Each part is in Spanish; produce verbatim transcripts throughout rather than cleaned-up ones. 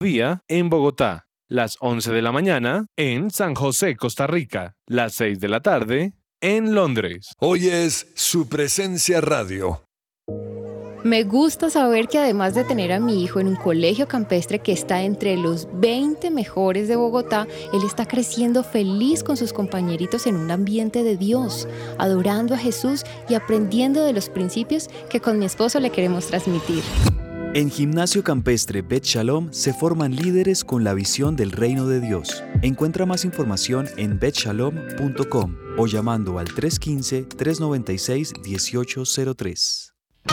día en Bogotá, las once de la mañana en San José, Costa Rica, las seis de la tarde en Londres. Hoy es Su Presencia Radio. Me gusta saber que además de tener a mi hijo en un colegio campestre que está entre los veinte mejores de Bogotá, él está creciendo feliz con sus compañeritos en un ambiente de Dios, adorando a Jesús y aprendiendo de los principios que con mi esposo le queremos transmitir. En Gimnasio Campestre Bet Shalom se forman líderes con la visión del reino de Dios. Encuentra más información en bet shalom punto com o llamando al tres uno cinco, tres nueve seis, uno ocho cero tres.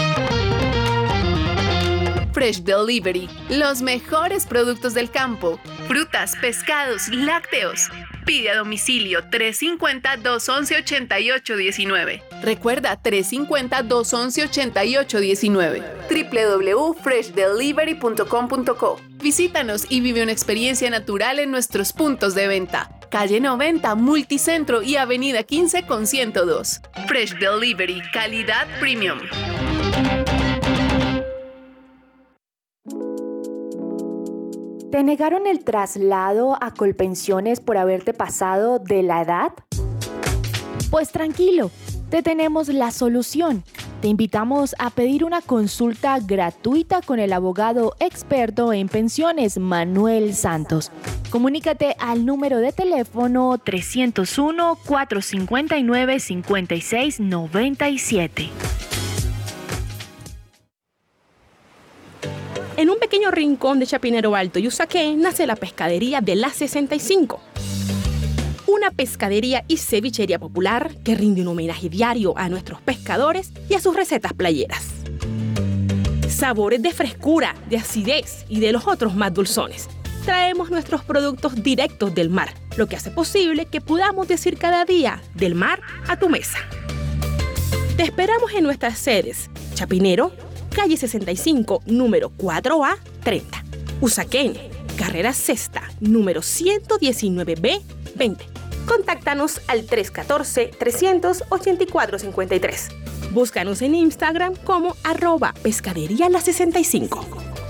Fresh Delivery, los mejores productos del campo, frutas, pescados, lácteos. Pide a domicilio tres cinco cero, dos uno uno, ocho ocho uno nueve. Recuerda tres cinco cero, dos uno uno, ocho ocho uno nueve. doble u doble u doble u punto fresh delivery punto com punto co. Visítanos y vive una experiencia natural en nuestros puntos de venta. Calle noventa, Multicentro y Avenida quince con ciento dos. Fresh Delivery, calidad premium. ¿Te negaron el traslado a Colpensiones por haberte pasado de la edad? Pues tranquilo, te tenemos la solución. Te invitamos a pedir una consulta gratuita con el abogado experto en pensiones, Manuel Santos. Comunícate al número de teléfono tres cero uno, cuatro cinco nueve, cinco seis nueve siete. En un pequeño rincón de Chapinero Alto y Usaquén nace la pescadería de la sesenta y cinco. Una pescadería y cevichería popular que rinde un homenaje diario a nuestros pescadores y a sus recetas playeras. Sabores de frescura, de acidez y de los otros más dulzones. Traemos nuestros productos directos del mar, lo que hace posible que podamos decir cada día del mar a tu mesa. Te esperamos en nuestras sedes: Chapinero, calle sesenta y cinco, número cuatro A treinta. Usaquén, carrera sexta, número ciento diecinueve B veinte. Contáctanos al tres uno cuatro, tres cero cero, ocho cuatro cinco tres. Búscanos en Instagram como arroba pescadería la sesenta y cinco.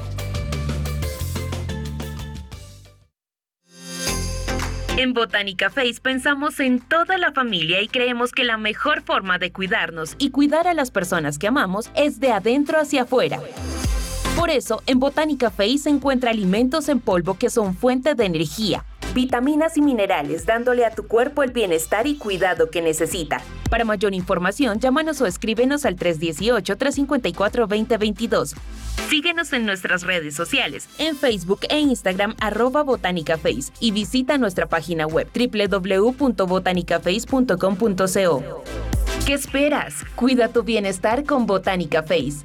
En Botánica Face pensamos en toda la familia y creemos que la mejor forma de cuidarnos y cuidar a las personas que amamos es de adentro hacia afuera. Por eso, en Botánica Face se encuentra alimentos en polvo que son fuente de energía, vitaminas y minerales, dándole a tu cuerpo el bienestar y cuidado que necesita. Para mayor información, llámanos o escríbenos al tres uno ocho, tres cinco cuatro, dos cero dos dos. Síguenos en nuestras redes sociales, en Facebook e Instagram, arroba Botánica Face, y visita nuestra página web, doble u doble u doble u punto botánica face punto com punto co. ¿Qué esperas? Cuida tu bienestar con Botánica Face.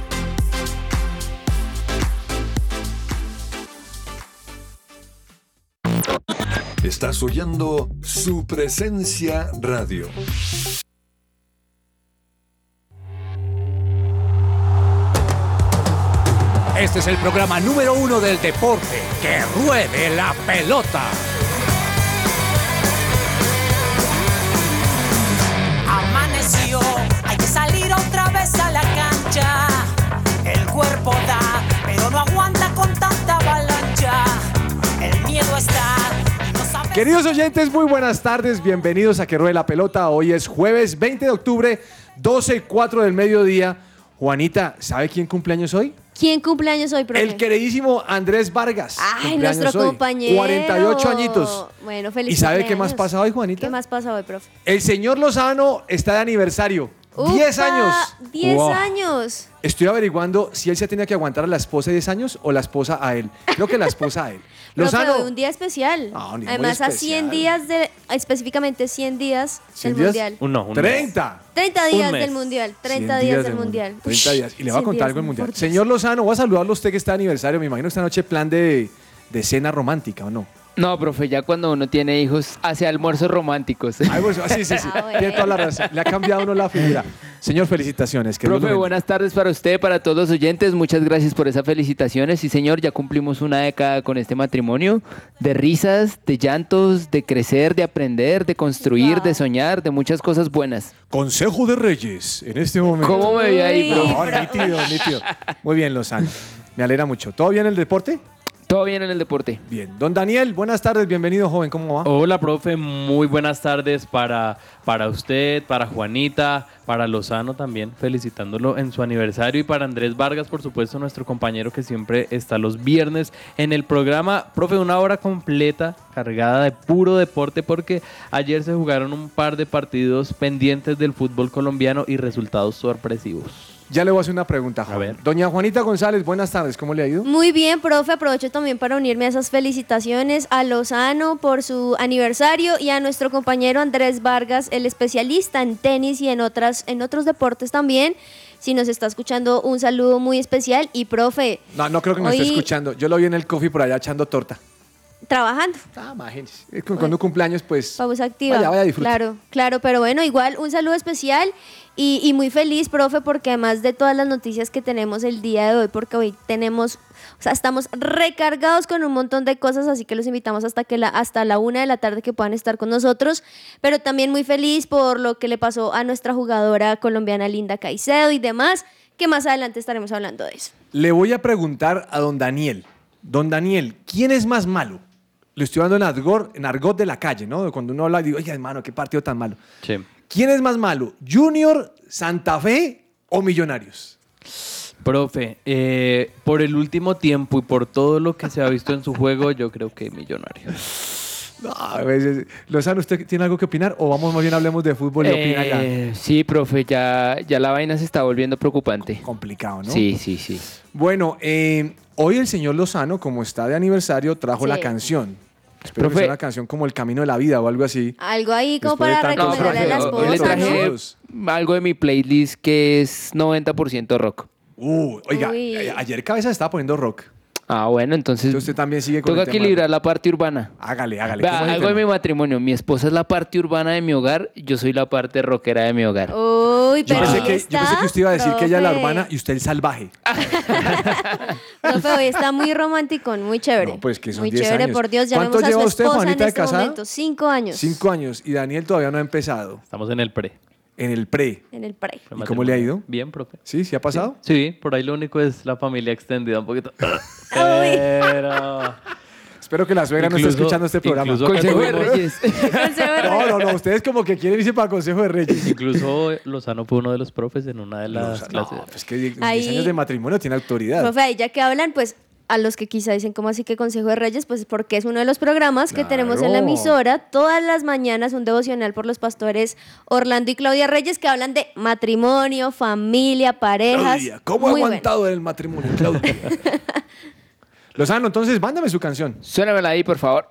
Estás oyendo Su Presencia Radio. Este es el programa número uno del deporte. ¡Que ruede la pelota! Amaneció, hay que salir otra vez a la cancha. El cuerpo da, pero no aguanta con tanta avalancha. El miedo está. Queridos oyentes, muy buenas tardes, bienvenidos a Que Ruede la Pelota. Hoy es jueves veinte de octubre, doce y cuatro del mediodía. Juanita, ¿sabe quién cumpleaños hoy? ¿Quién cumpleaños hoy, profe? El queridísimo Andrés Vargas. Ay, nuestro hoy. compañero. cuarenta y ocho añitos. Bueno, feliz ¿Y sabe cumpleaños. qué más pasa hoy, Juanita? ¿Qué más pasa hoy, profe? El señor Lozano está de aniversario. diez años. diez wow. años. Estoy averiguando si él se tenía que aguantar a la esposa de diez años o la esposa a él. Creo que la esposa a él. Lozano. Pero un día especial. No, ni Además, a cien días, de, específicamente cien días del días? Mundial. Un, no, un treinta. treinta días del Mundial. treinta días del Mundial. treinta días. Y le voy a contar algo del Mundial. Señor Lozano, voy a saludarlo a usted que está de aniversario. Me imagino que esta noche plan de, de cena romántica, ¿o no? No, profe, ya cuando uno tiene hijos, hace almuerzos románticos. Ay, pues, sí, sí, sí. Ah, bueno. Tiene toda la razón. Le ha cambiado uno la figura. Señor, felicitaciones. Que profe, buenas tardes para usted, para todos los oyentes. Muchas gracias por esas felicitaciones. Sí, señor, ya cumplimos una década con este matrimonio. De risas, de llantos, de crecer, de aprender, de construir, wow. de soñar, de muchas cosas buenas. Consejo de Reyes, en este momento. ¿Cómo me ve ahí, bro? No, nítido, nítido. Muy bien, Lozano. Me alegra mucho. ¿Todo bien el deporte? Todo bien en el deporte. Bien. Don Daniel, buenas tardes, bienvenido, joven, ¿cómo va? Hola, profe, muy buenas tardes para, para usted, para Juanita, para Lozano también, felicitándolo en su aniversario, y para Andrés Vargas, por supuesto, nuestro compañero que siempre está los viernes en el programa. Profe, una hora completa cargada de puro deporte, porque ayer se jugaron un par de partidos pendientes del fútbol colombiano y resultados sorpresivos. Ya le voy a hacer una pregunta, joven. A ver. Doña Juanita González, buenas tardes, ¿cómo le ha ido? Muy bien, profe, aprovecho también para unirme a esas felicitaciones a Lozano por su aniversario y a nuestro compañero Andrés Vargas, el especialista en tenis y en, otras, en otros deportes también. Si nos está escuchando, un saludo muy especial. Y profe... No, no creo que nos hoy... esté escuchando. Yo lo vi en el coffee por allá echando torta. Trabajando. Ah, imagínese. Cuando bueno, cumpleaños, pues... Pausa activa. Vaya, vaya, disfruta. Claro, claro, pero bueno, igual un saludo especial y, y muy feliz, profe, porque además de todas las noticias que tenemos el día de hoy, porque hoy tenemos, o sea, estamos recargados con un montón de cosas, así que los invitamos hasta que la, hasta la una de la tarde que puedan estar con nosotros, pero también muy feliz por lo que le pasó a nuestra jugadora colombiana Linda Caicedo y demás, que más adelante estaremos hablando de eso. Le voy a preguntar a don Daniel. Don Daniel, ¿quién es más malo? Lo estoy hablando en argot, en argot de la calle, ¿no? Cuando uno habla, digo, oye, hermano, qué partido tan malo. Sí. ¿Quién es más malo? ¿Junior, Santa Fe o Millonarios? Profe, eh, por el último tiempo y por todo lo que se ha visto en su juego, yo creo que Millonarios. No, a veces. Lozano, ¿usted tiene algo que opinar? ¿O vamos más bien hablemos de fútbol y Eh, opina ya? Sí, profe, ya, ya la vaina se está volviendo preocupante. Complicado, ¿no? Sí, sí, sí. Bueno, eh, hoy el señor Lozano, como está de aniversario, trajo Sí. la canción. Espero Profe. que sea una canción como El Camino de la Vida o algo así. Algo ahí como Después de para tantos recomendarle a la años. Hoy le esposa, traje ¿no? algo de mi playlist que es noventa por ciento rock. Uh, oiga, Uy. a- ayer Cabeza estaba poniendo rock. Ah, bueno, entonces Entonces usted también sigue con toca el tema. equilibrar la parte urbana. Hágale, hágale. Vea, ¿Cómo es el algo de tema? mi matrimonio. Mi esposa es la parte urbana de mi hogar, yo soy la parte rockera de mi hogar. Uy, Yo pero pensé, ahí que, está, yo pensé que usted iba a decir que ella es la profe. urbana y usted el salvaje. Profe, hoy está muy romántico, muy chévere. No, pues que son muy diez chévere, años. por Dios. ¿Cuánto Llamemos a lleva su usted, esposa Juanita, en de este casada? momento. Cinco años. Cinco años. Y Daniel todavía no ha empezado. Estamos en el pre. En el pre. En el pre. ¿Y cómo le ha ido? Bien, profe. ¿Sí? ¿Sí ha pasado? Sí, por ahí lo único es la familia extendida un poquito. Pero... Espero que la suegra no esté Incluso- escuchando este programa. incluso acá Consejo de tuvimos- Reyes. No, no, no. Ustedes como que quieren irse para Consejo de Reyes. Incluso Lozano fue uno de los profes en una de las No, clases. pues que diez Ahí- años de matrimonio tiene autoridad. Profe, ahí ya que hablan, pues a los que quizá dicen como así que Consejo de Reyes, pues porque es uno de los programas que Claro. tenemos en la emisora todas las mañanas, un devocional por los pastores Orlando y Claudia Reyes que hablan de matrimonio, familia, parejas. Claudia, ¿cómo ha Muy aguantado el matrimonio, Claudia? Lozano, entonces, mándame su canción. Suénamela ahí, por favor.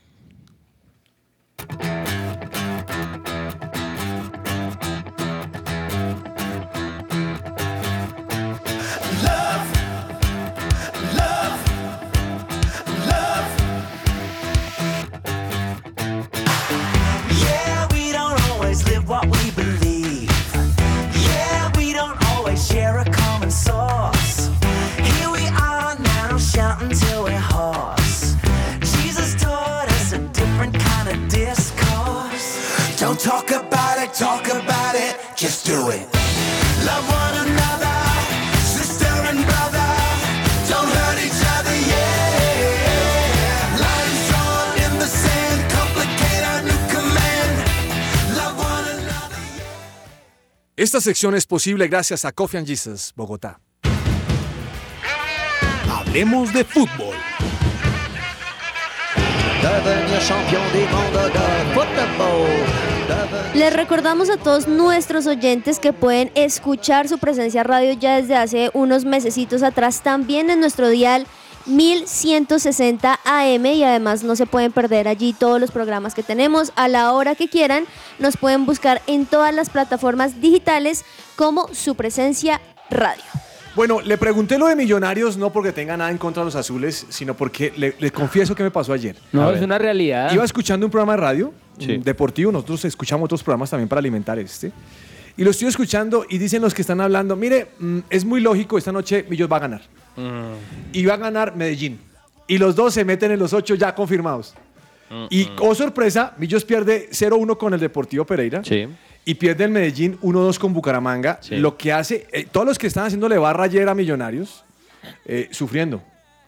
Yeah, we don't always live what we believe. Yeah, we don't always share a common source. Here we are now, shouting till we're hoarse. Jesus taught us a different kind of discourse. Don't talk about it, talk about it, just do it. Love one another, sister and brother. Don't hurt each other, yeah. Lines drawn in the sand, complicate our new command. Love one another. Esta sección es posible gracias a Coffee and Jesus, Bogotá. Hablemos de fútbol. Devenir champion du monde de football. Les recordamos a todos nuestros oyentes que pueden escuchar su presencia radio ya desde hace unos mesecitos atrás, también en nuestro dial mil ciento sesenta A M, y además no se pueden perder allí todos los programas que tenemos a la hora que quieran. Nos pueden buscar en todas las plataformas digitales como Su Presencia Radio. Bueno, le pregunté lo de Millonarios no porque tenga nada en contra de los azules, sino porque le, le confieso que me pasó ayer. No, es una realidad. Iba escuchando un programa de radio Sí. mm, deportivo, nosotros escuchamos otros programas también para alimentar este, y lo estoy escuchando y dicen los que están hablando, mire, mm, es muy lógico, esta noche Millos va a ganar. Y va a ganar Medellín. Y los dos se meten en los ocho ya confirmados. Y, oh sorpresa, Millos pierde cero uno con el Deportivo Pereira. Sí. Y pierde el Medellín uno dos con Bucaramanga. Sí. Lo que hace, eh, todos los que están haciéndole barra ayer a Millonarios, eh, sufriendo.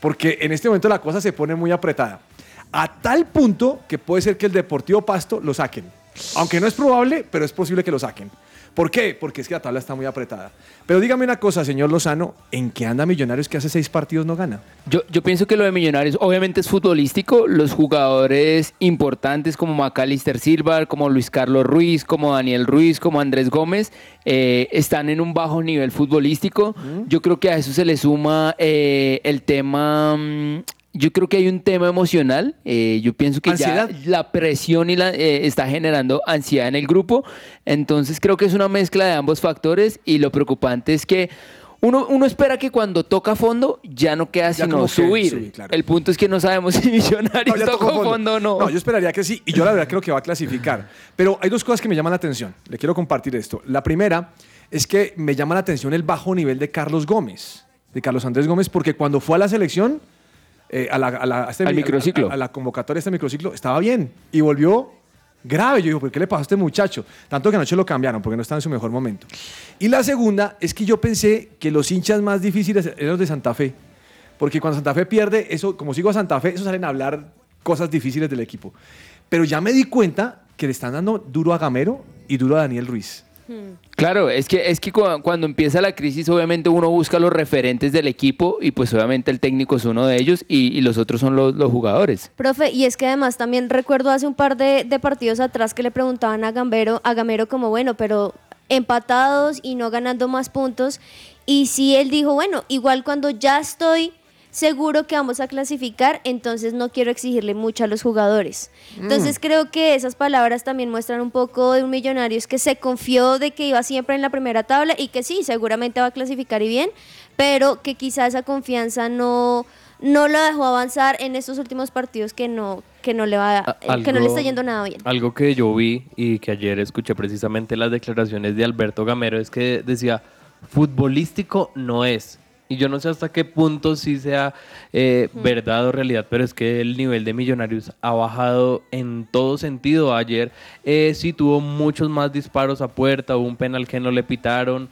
porque en este momento la cosa se pone muy apretada. A tal punto que puede ser que el Deportivo Pasto lo saquen. Aunque no es probable, pero es posible que lo saquen. ¿Por qué? Porque es que la tabla está muy apretada. Pero dígame una cosa, señor Lozano, ¿en qué anda Millonarios que hace seis partidos no gana? Yo, yo pienso que lo de Millonarios obviamente es futbolístico. Los jugadores importantes como Macalister Silva, como Luis Carlos Ruiz, como Daniel Ruiz, como Andrés Gómez, eh, están en un bajo nivel futbolístico. ¿Mm? Yo creo que a eso se le suma eh, el tema... Mmm, Yo creo que hay un tema emocional. Eh, yo pienso que ¿Ansiedad? ya la presión y la, eh, está generando ansiedad en el grupo. Entonces creo que es una mezcla de ambos factores y lo preocupante es que uno, uno espera que cuando toca fondo ya no queda ya sino subir. subir claro. El punto es que no sabemos si Millonarios no, tocó fondo. fondo o no. No, yo esperaría que sí y yo la verdad creo que va a clasificar. Pero hay dos cosas que me llaman la atención. Le quiero compartir esto. La primera es que me llama la atención el bajo nivel de Carlos Gómez, de Carlos Andrés Gómez, porque cuando fue a la selección... Eh, a, la, a, la, a, este, Al microciclo. A, a la convocatoria de este microciclo estaba bien y volvió grave. Yo digo, ¿por qué le pasó a este muchacho? Tanto que anoche lo cambiaron porque no estaba en su mejor momento. Y la segunda es que yo pensé que los hinchas más difíciles eran los de Santa Fe, porque cuando Santa Fe pierde, eso, como sigo a Santa Fe, eso salen a hablar cosas difíciles del equipo. Pero ya me di cuenta que le están dando duro a Gamero y duro a Daniel Ruiz. Claro, es que, es que cuando empieza la crisis obviamente uno busca los referentes del equipo y pues obviamente el técnico es uno de ellos y, y los otros son los, los jugadores. Profe, y es que además también recuerdo hace un par de, de partidos atrás que le preguntaban a Gamero, a Gamero como bueno, pero empatados y no ganando más puntos y sí él dijo bueno, igual cuando ya estoy seguro que vamos a clasificar, entonces no quiero exigirle mucho a los jugadores. Entonces mm. creo que esas palabras también muestran un poco de un Millonarios que se confió de que iba siempre en la primera tabla y que sí, seguramente va a clasificar y bien, pero que quizá esa confianza no, no lo dejó avanzar en estos últimos partidos que no, que no le va, algo, que no le está yendo nada bien. Algo que yo vi y que ayer escuché precisamente las declaraciones de Alberto Gamero es que decía, futbolístico no es. Y yo no sé hasta qué punto sí sea eh, mm. verdad o realidad, pero es que el nivel de Millonarios ha bajado en todo sentido. Ayer eh, sí tuvo muchos más disparos a puerta, hubo un penal que no le pitaron,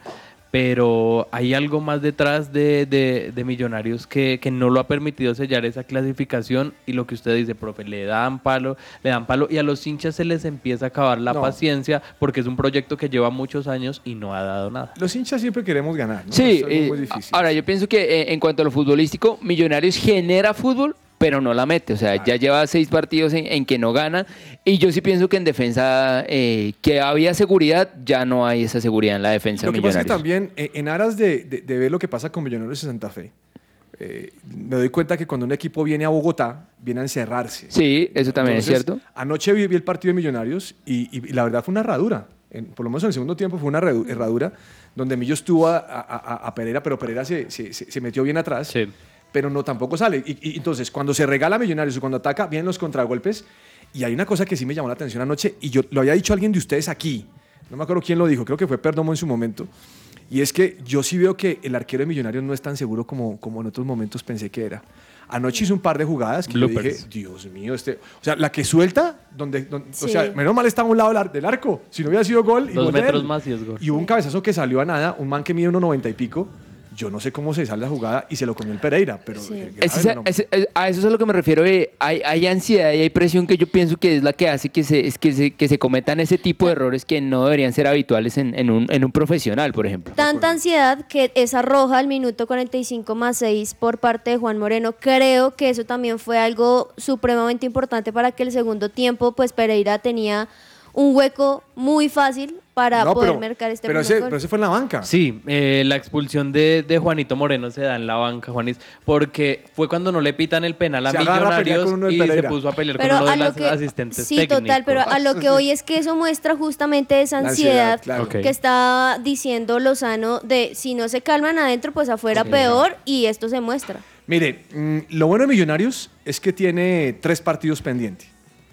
pero hay algo más detrás de, de, de Millonarios que, que no lo ha permitido sellar esa clasificación y lo que usted dice, profe, le dan palo, le dan palo y a los hinchas se les empieza a acabar la no. paciencia porque es un proyecto que lleva muchos años y no ha dado nada. Los hinchas siempre queremos ganar, ¿no? Sí, es muy difícil. Ahora yo pienso que eh, en cuanto a lo futbolístico, Millonarios genera fútbol, pero no la mete, o sea, ya lleva seis partidos en, en que no gana y yo sí pienso que en defensa eh, que había seguridad, ya no hay esa seguridad en la defensa de Millonarios. Lo que pasa es que también eh, en aras de, de, de ver lo que pasa con Millonarios en Santa Fe, eh, me doy cuenta que cuando un equipo viene a Bogotá, viene a encerrarse. Sí, eso también Entonces, es cierto. Anoche vi, vi el partido de Millonarios y, y, y la verdad fue una herradura, en, por lo menos en el segundo tiempo fue una herradura donde Millos tuvo a, a, a Pereira, pero Pereira se, se, se metió bien atrás. Sí. Pero no tampoco sale. Y, y entonces, cuando se regala a Millonarios y cuando ataca, vienen los contragolpes. Y hay una cosa que sí me llamó la atención anoche, y yo lo había dicho a alguien de ustedes aquí, no me acuerdo quién lo dijo, creo que fue Perdomo en su momento, y es que yo sí veo que el arquero de Millonarios no es tan seguro como, como en otros momentos pensé que era. Anoche hizo un par de jugadas que yo dije, Dios mío, este, o sea, la que suelta, donde, donde sí. o sea, menos mal estaba a un lado del, del arco, si no hubiera sido gol. Dos metros más y es gol. Y hubo un cabezazo que salió a nada, un man que mide uno noventa y pico. Yo no sé cómo se sale la jugada y se lo comió el Pereira, pero... Sí. Eh, grave, es, no. es, es, a eso es a lo que me refiero. Eh, hay, hay ansiedad y hay presión que yo pienso que es la que hace que se, es que se, que se cometan ese tipo de errores que no deberían ser habituales en, en, un, en un profesional, por ejemplo. Tanta ansiedad que esa roja al minuto cuarenta y cinco más seis por parte de Juan Moreno. Creo que eso también fue algo supremamente importante para que el segundo tiempo, pues Pereira tenía un hueco muy fácil para no, poder pero, marcar este pero ese, pero ese fue en la banca. Sí, eh, la expulsión de, de Juanito Moreno se da en la banca, Juanis, porque fue cuando no le pitan el penal a se Millonarios a y se puso a pelear pero con uno de los que, asistentes sí, técnicos. Sí, total, pero a lo que hoy es que eso muestra justamente esa ansiedad, ansiedad claro. okay. que está diciendo Lozano de si no se calman adentro, pues afuera sí. peor, y esto se muestra. Mire, mmm, lo bueno de Millonarios es que tiene tres partidos pendientes.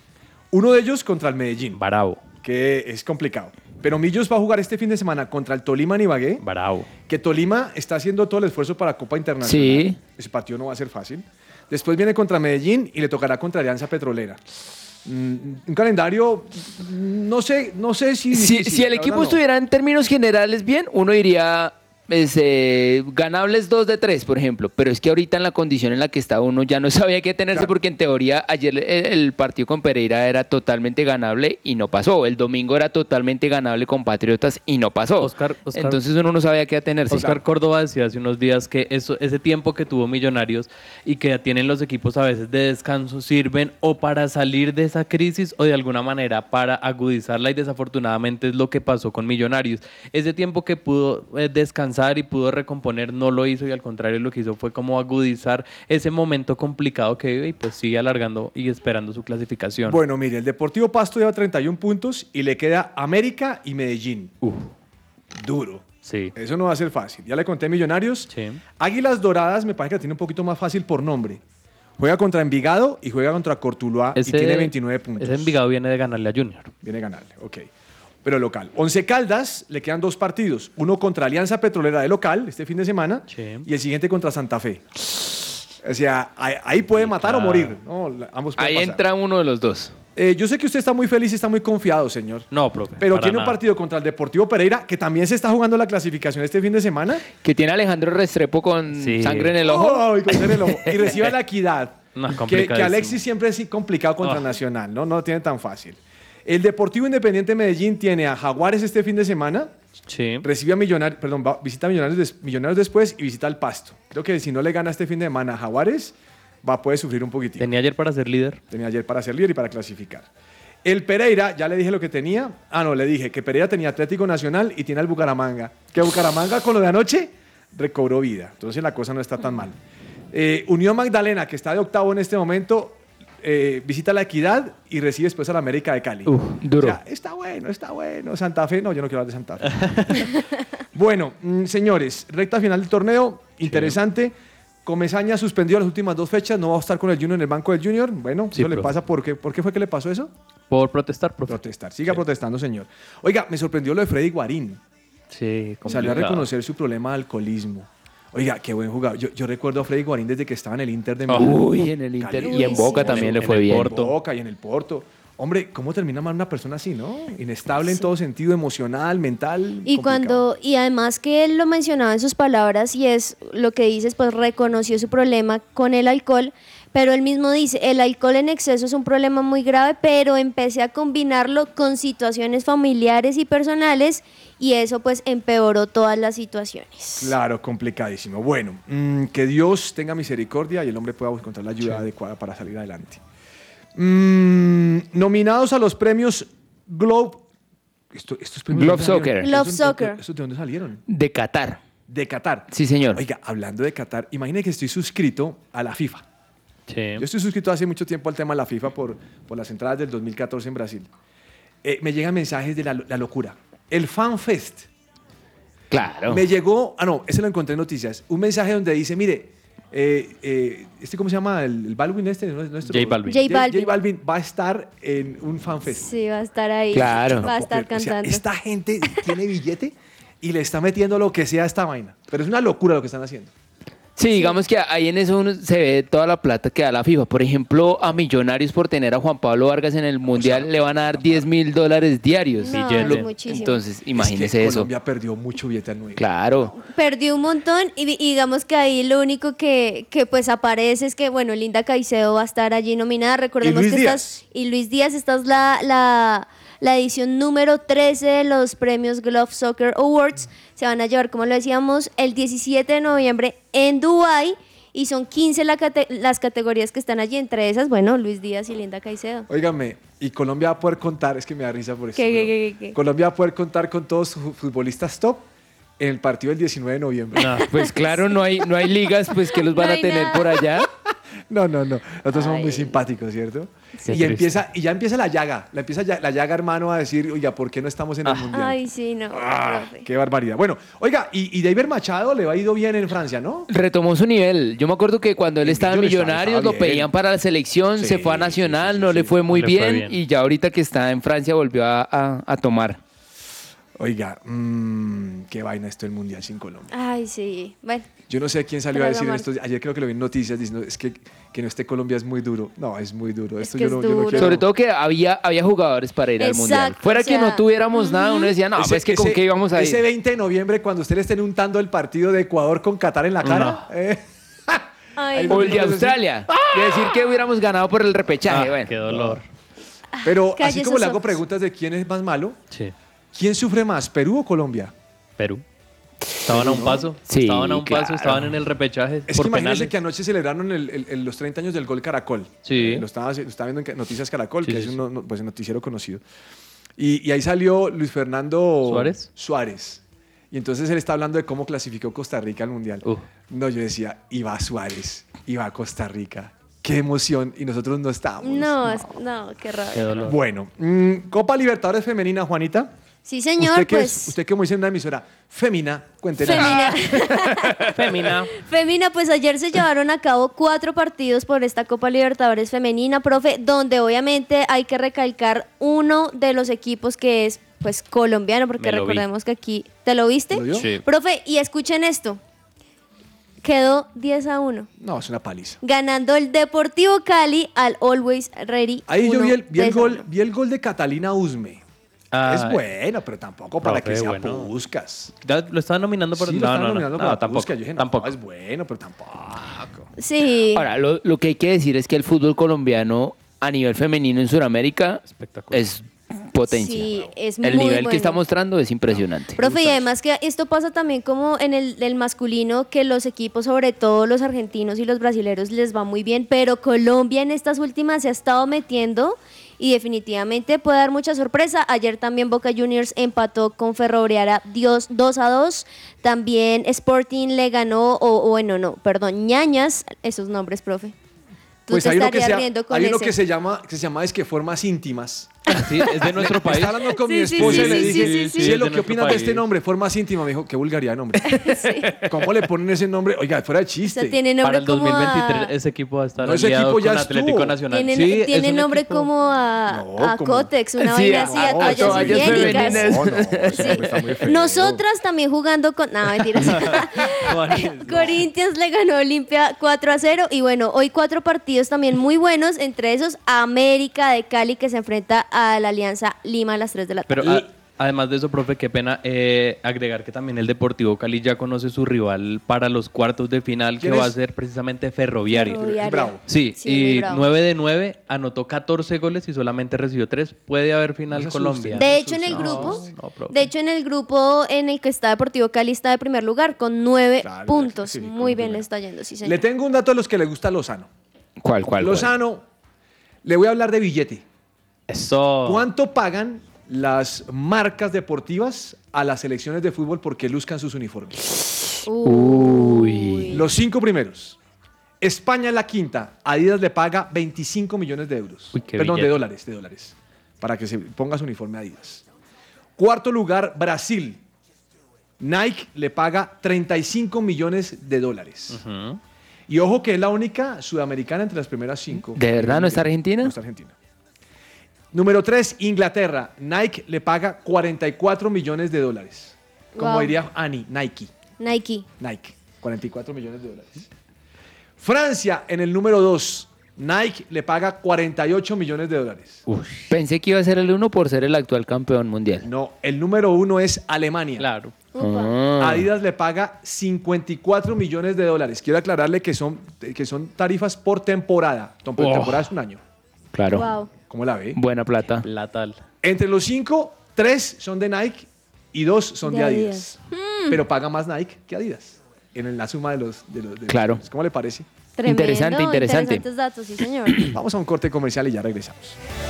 Uno de ellos contra el Medellín. Bravo. Que es complicado. Pero Millos va a jugar este fin de semana contra el Tolima en Ibagué. Bravo. Que Tolima está haciendo todo el esfuerzo para Copa Internacional. Sí. Ese partido no va a ser fácil. Después viene contra Medellín y le tocará contra Alianza Petrolera. Mm, un calendario, no sé, no sé si... Si, si el equipo no. estuviera en términos generales bien, uno diría... es, eh, ganables dos de tres, por ejemplo, pero es que ahorita en la condición en la que está uno ya no sabía qué tenerse, claro. Porque en teoría ayer el, el partido con Pereira era totalmente ganable y no pasó. El domingo era totalmente ganable con Patriotas y no pasó. Oscar, Oscar, Entonces uno no sabía qué atenerse. Oscar Córdoba decía hace unos días que eso, ese tiempo que tuvo Millonarios y que tienen los equipos a veces de descanso sirven o para salir de esa crisis o de alguna manera para agudizarla, y desafortunadamente es lo que pasó con Millonarios. Ese tiempo que pudo eh, descansar y pudo recomponer no lo hizo, y al contrario lo que hizo fue como agudizar ese momento complicado que vive y pues sigue alargando y esperando su clasificación. Bueno, mire, el Deportivo Pasto lleva treinta y uno puntos y le queda América y Medellín. Uf. Duro. Sí. Eso no va a ser fácil. Ya le conté Millonarios. Sí. Águilas Doradas me parece que la tiene un poquito más fácil por nombre. Juega contra Envigado y juega contra Cortuluá ese, y tiene veintinueve puntos. Ese Envigado viene de ganarle a Junior. Viene a ganarle, ok. Pero local. Once Caldas le quedan dos partidos. Uno contra Alianza Petrolera de local este fin de semana, sí, y el siguiente contra Santa Fe. O sea, ahí, ahí puede matar, claro, o morir, ¿no? Ambos pueden ahí pasar. Entra uno de los dos. Eh, yo sé que usted está muy feliz y está muy confiado, señor. No, profe. Pero tiene nada. un partido contra el Deportivo Pereira, que también se está jugando la clasificación este fin de semana. Que tiene Alejandro Restrepo con sí. sangre en el ojo. Oh, y, con sangre en el ojo. Y recibe la Equidad. No, que, que Alexis siempre es complicado contra oh. Nacional, ¿no? No lo tiene tan fácil. El Deportivo Independiente Medellín tiene a Jaguares este fin de semana. Sí. Recibe a Millonarios, perdón, va, visita a Millonarios, des, Millonarios después y visita al Pasto. Creo que si no le gana este fin de semana a Jaguares, va a poder sufrir un poquitito. Tenía ayer para ser líder. Tenía ayer para ser líder y para clasificar. El Pereira, ya le dije lo que tenía. Ah, no, le dije que Pereira tenía Atlético Nacional y tiene al Bucaramanga. Que Bucaramanga con lo de anoche recobró vida. Entonces la cosa no está tan mal. Eh, Unión Magdalena, que está de octavo en este momento, eh, visita la Equidad y recibe después a la América de Cali. Uf, duro. O sea, está bueno, está bueno. Santa Fe, no, yo no quiero hablar de Santa Fe. Bueno, mmm, señores, recta final del torneo, interesante. Sí. Comesaña suspendió las últimas dos fechas, no va a estar con el Junior en el banco del Junior. Bueno, sí, eso profe. le pasa. ¿Por qué? ¿Por qué fue que le pasó eso? Por protestar, profe. Protestar. Siga sí. protestando, señor. Oiga, me sorprendió lo de Freddy Guarín. Sí, complicado. Salió a reconocer su problema de alcoholismo. Oiga, qué buen jugador. Yo, yo recuerdo a Freddy Guarín desde que estaba en el Inter de Milán. Uy, en el Inter. Cali. Y en Boca sí. también le fue en bien. En Boca y en el Porto. Hombre, ¿cómo termina mal una persona así, no? Inestable sí. en todo sentido, emocional, mental. Y complicado. cuando y además que él lo mencionaba en sus palabras y es lo que dices, pues reconoció su problema con el alcohol, pero él mismo dice, el alcohol en exceso es un problema muy grave, pero empecé a combinarlo con situaciones familiares y personales y eso pues empeoró todas las situaciones. Claro, complicadísimo. Bueno, mmm, que Dios tenga misericordia y el hombre pueda encontrar la ayuda sí. adecuada para salir adelante. Mm, nominados a los premios Globe. Esto, estos premios Globe Soccer. Globe Soccer. ¿Estos de dónde salieron? De Qatar. De Qatar. Sí, señor. Oiga, hablando de Qatar, imagine que estoy suscrito a la FIFA. Sí. Yo estoy suscrito hace mucho tiempo al tema de la FIFA por, por las entradas del dos mil catorce en Brasil. Eh, me llegan mensajes de la, la locura. El Fan Fest. Claro. Me llegó, ah no, ese lo encontré en noticias, un mensaje donde dice, mire, Eh, eh, este ¿cómo se llama? El, el Balvin este, nuestro, J Balvin. J Balvin. J Balvin va a estar en un fanfest. Sí, va a estar ahí. Claro. Va a estar Porque, cantando. O sea, esta gente tiene billete y le está metiendo lo que sea a esta vaina. Pero es una locura lo que están haciendo. Sí, digamos que ahí en eso uno se ve toda la plata que da la FIFA. Por ejemplo, a Millonarios por tener a Juan Pablo Vargas en el Mundial o sea, le van a dar diez mil dólares diarios. No, Lo, muchísimo. Entonces, imagínese es que eso. Colombia perdió mucho billete al nueve. Claro. Perdió un montón y, y digamos que ahí lo único que, que pues aparece es que, bueno, Linda Caicedo va a estar allí nominada. Recordemos ¿Y Luis que Díaz? estás... Y Luis Díaz, esta es la... la La edición número trece de los premios Glove Soccer Awards se van a llevar, como lo decíamos, el diecisiete de noviembre en Dubái y son quince la cate- las categorías que están allí, entre esas, bueno, Luis Díaz y Linda Caicedo. Óigame, y Colombia va a poder contar, es que me da risa por eso. ¿Qué, qué, qué, qué? Colombia va a poder contar con todos sus futbolistas top en el partido del diecinueve de noviembre. No, pues claro, no hay, no hay ligas pues que los van No a hay tener nada. por allá. No, no, no. Nosotros somos Ay. muy simpáticos, ¿cierto? Qué y, triste. empieza, y ya empieza la llaga. La empieza ya- la llaga, hermano, a decir, oiga, ¿por qué no estamos en el Mundial? Ay, sí, no. Ah, profe. qué barbaridad. Bueno, oiga, y, y David Machado le va ido bien en Francia, ¿no? Retomó su nivel. Yo me acuerdo que cuando él En estaba en Millonarios Millonarios estaba lo bien. pedían para la selección, Sí, se fue a Nacional, sí, sí, no sí. le fue muy No le fue bien, bien. y ya ahorita que está en Francia volvió a, a- a tomar. Oiga, mmm, qué vaina esto del Mundial sin Colombia. Ay, sí. Bueno. Yo no sé quién salió Pero a decir lo esto. Ayer creo que lo vi en noticias diciendo es que, que no esté Colombia es muy duro. No, es muy duro. Esto que yo, es no, yo no duro. quiero. Sobre todo que había, había jugadores para ir al Exacto, Mundial. Fuera o sea, que no tuviéramos nada, ujú. uno decía, no, Ese- pues que con ese- qué íbamos a ir. Ese veinte de noviembre, cuando usted le estén untando el partido de Ecuador con Qatar en la cara. eh, Ay, O el de Entonces, Australia. De decir que hubiéramos ganado por el repechaje. Ah, bueno. qué dolor. Pero Calle así como esos le hago ojos. preguntas de quién es más malo, Sí. ¿quién sufre más, Perú o Colombia? Perú. Estaban a un paso. Sí, estaban a un claro. paso, estaban en el repechaje. Es por que imagínense penales. que anoche celebraron el- el- el- los treinta años del gol Caracol. Sí. Eh, lo, estaba, lo estaba viendo en ca- Noticias Caracol, Sí, que sí, es sí. un no- pues, un noticiero conocido. Y, y ahí salió Luis Fernando ¿Suárez? Suárez. Y entonces él está hablando de cómo clasificó Costa Rica al Mundial. Uh. No, yo decía, iba Suárez, iba Costa Rica. Qué emoción. Y nosotros no estábamos. No, es- no, qué raro. Qué dolor. Bueno, mm, Copa Libertadores Femenina, Juanita. Sí, señor, usted que pues. es, usted como dice en una emisora, Femina, cuéntenos. Femina. Femina. Femina, pues ayer se llevaron a cabo cuatro partidos por esta Copa Libertadores Femenina, profe, donde obviamente hay que recalcar uno de los equipos que es pues colombiano, porque Me lo vi. recordemos que aquí, ¿te lo viste? ¿Lo vio? Sí. Profe, y escuchen esto, quedó diez a uno, No, es una paliza. ganando el Deportivo Cali al Always Ready. Ahí yo uno, vi el, vi el tres a gol, uno. vi el gol de Catalina Usme. Ah, es bueno, pero tampoco para profe, que sea bueno. Puskas. Ya lo estaban nominando por Sí, lo no, estaban no, no, nominando no, para tampoco. Puskas. Yo dije, no, tampoco. es bueno, pero tampoco. Sí. Ahora, lo, lo que hay que decir es que el fútbol colombiano a nivel femenino en Sudamérica Espectacular. es potencia. Sí, es El muy nivel bueno. que está mostrando es impresionante. Profe, y además que esto pasa también como en el del masculino, que los equipos, sobre todo los argentinos y los brasileños, les va muy bien, pero Colombia en estas últimas se ha estado metiendo y definitivamente puede dar mucha sorpresa. Ayer también Boca Juniors empató con Ferroviaria Dios dos a dos. También Sporting le ganó, o, o bueno, no, perdón, Ñañas, esos nombres, profe. Tú Pues te hay uno, que estarías se, riendo con hay uno ese. que se llama, que se llama es que formas íntimas. Sí, es de nuestro país. Estaba hablando con Sí, mi sí, esposa sí, y le sí, dije, sí, sí, sí. Cielo, Es de ¿qué opinas nuestro de este país. nombre? Formas íntimas. Me dijo, qué vulgaridad de nombre. ¿Cómo le ponen ese nombre? Oiga, fuera de O chiste. sea, tiene Para nombre el como dos mil veintitrés a... ese equipo va a estar No, ese aliado equipo ya con Atlético estuvo. Nacional. Tiene, Sí, es tiene un nombre equipo- como a, No, a como- Cotex, una Sí, vaina a- así, a no, toallas toallas higiénicas. femeninas. No, no, ese nombre está muy feo. Nosotras también jugando con... No, mentiras. Corinthians le ganó a Olimpia cuatro a cero. Y bueno, hoy cuatro partidos también muy buenos. Entre esos, América de Cali, que se enfrenta a la Alianza Lima a las tres de la tarde. Pero a- además de eso, profe, qué pena eh, agregar que también el Deportivo Cali ya conoce su rival para los cuartos de final, que ¿Quién va a es? ser precisamente Ferroviaria. Ferroviaria. Bravo. Sí, Sí, muy y bravo. nueve de nueve, anotó catorce goles y solamente recibió tres. Puede haber final No se asuste. Colombia. De hecho, en el No, grupo, no, profe. de hecho, en el grupo en el que está Deportivo Cali está de primer lugar con nueve Claro, puntos. sí, como Muy bien primero. le está yendo, sí, señor. Le tengo un dato a los que les gusta Lozano. ¿Cuál, cuál? cuál? Lozano, le voy a hablar de billete. Eso. ¿Cuánto pagan las marcas deportivas a las selecciones de fútbol porque luzcan sus uniformes? Uy. Los cinco primeros. España es la quinta. Adidas le paga veinticinco millones de euros. Uy, qué Perdón, de billete. dólares, de dólares. Para que se ponga su uniforme Adidas. Cuarto lugar, Brasil. Nike le paga treinta y cinco millones de dólares. Ujú. Y ojo que es la única sudamericana entre las primeras cinco. ¿De verdad no está Argentina? No está Argentina. Número tres, Inglaterra. Nike le paga cuarenta y cuatro millones de dólares. Como Wow. diría Ani, Nike. Nike. Nike, cuarenta y cuatro millones de dólares. Francia en el número dos. Nike le paga cuarenta y ocho millones de dólares. Pensé que iba a ser el uno por ser el actual campeón mundial. No, el número uno es Alemania. Claro. Ah. Adidas le paga cincuenta y cuatro millones de dólares. Quiero aclararle que son, que son tarifas por temporada. Tem- Oh. Temporada es un año. Claro. Wow. ¿Cómo la ve? Buena plata. La tal. Entre los cinco, tres son de Nike y dos son de, De Adidas. Adidas. Pero paga más Nike que Adidas. En la suma de los... De los de los- Claro. ¿Cómo le parece? Tremendo, Interesante, interesante. Interesantes datos, sí, señor. Vamos a un corte comercial y ya regresamos.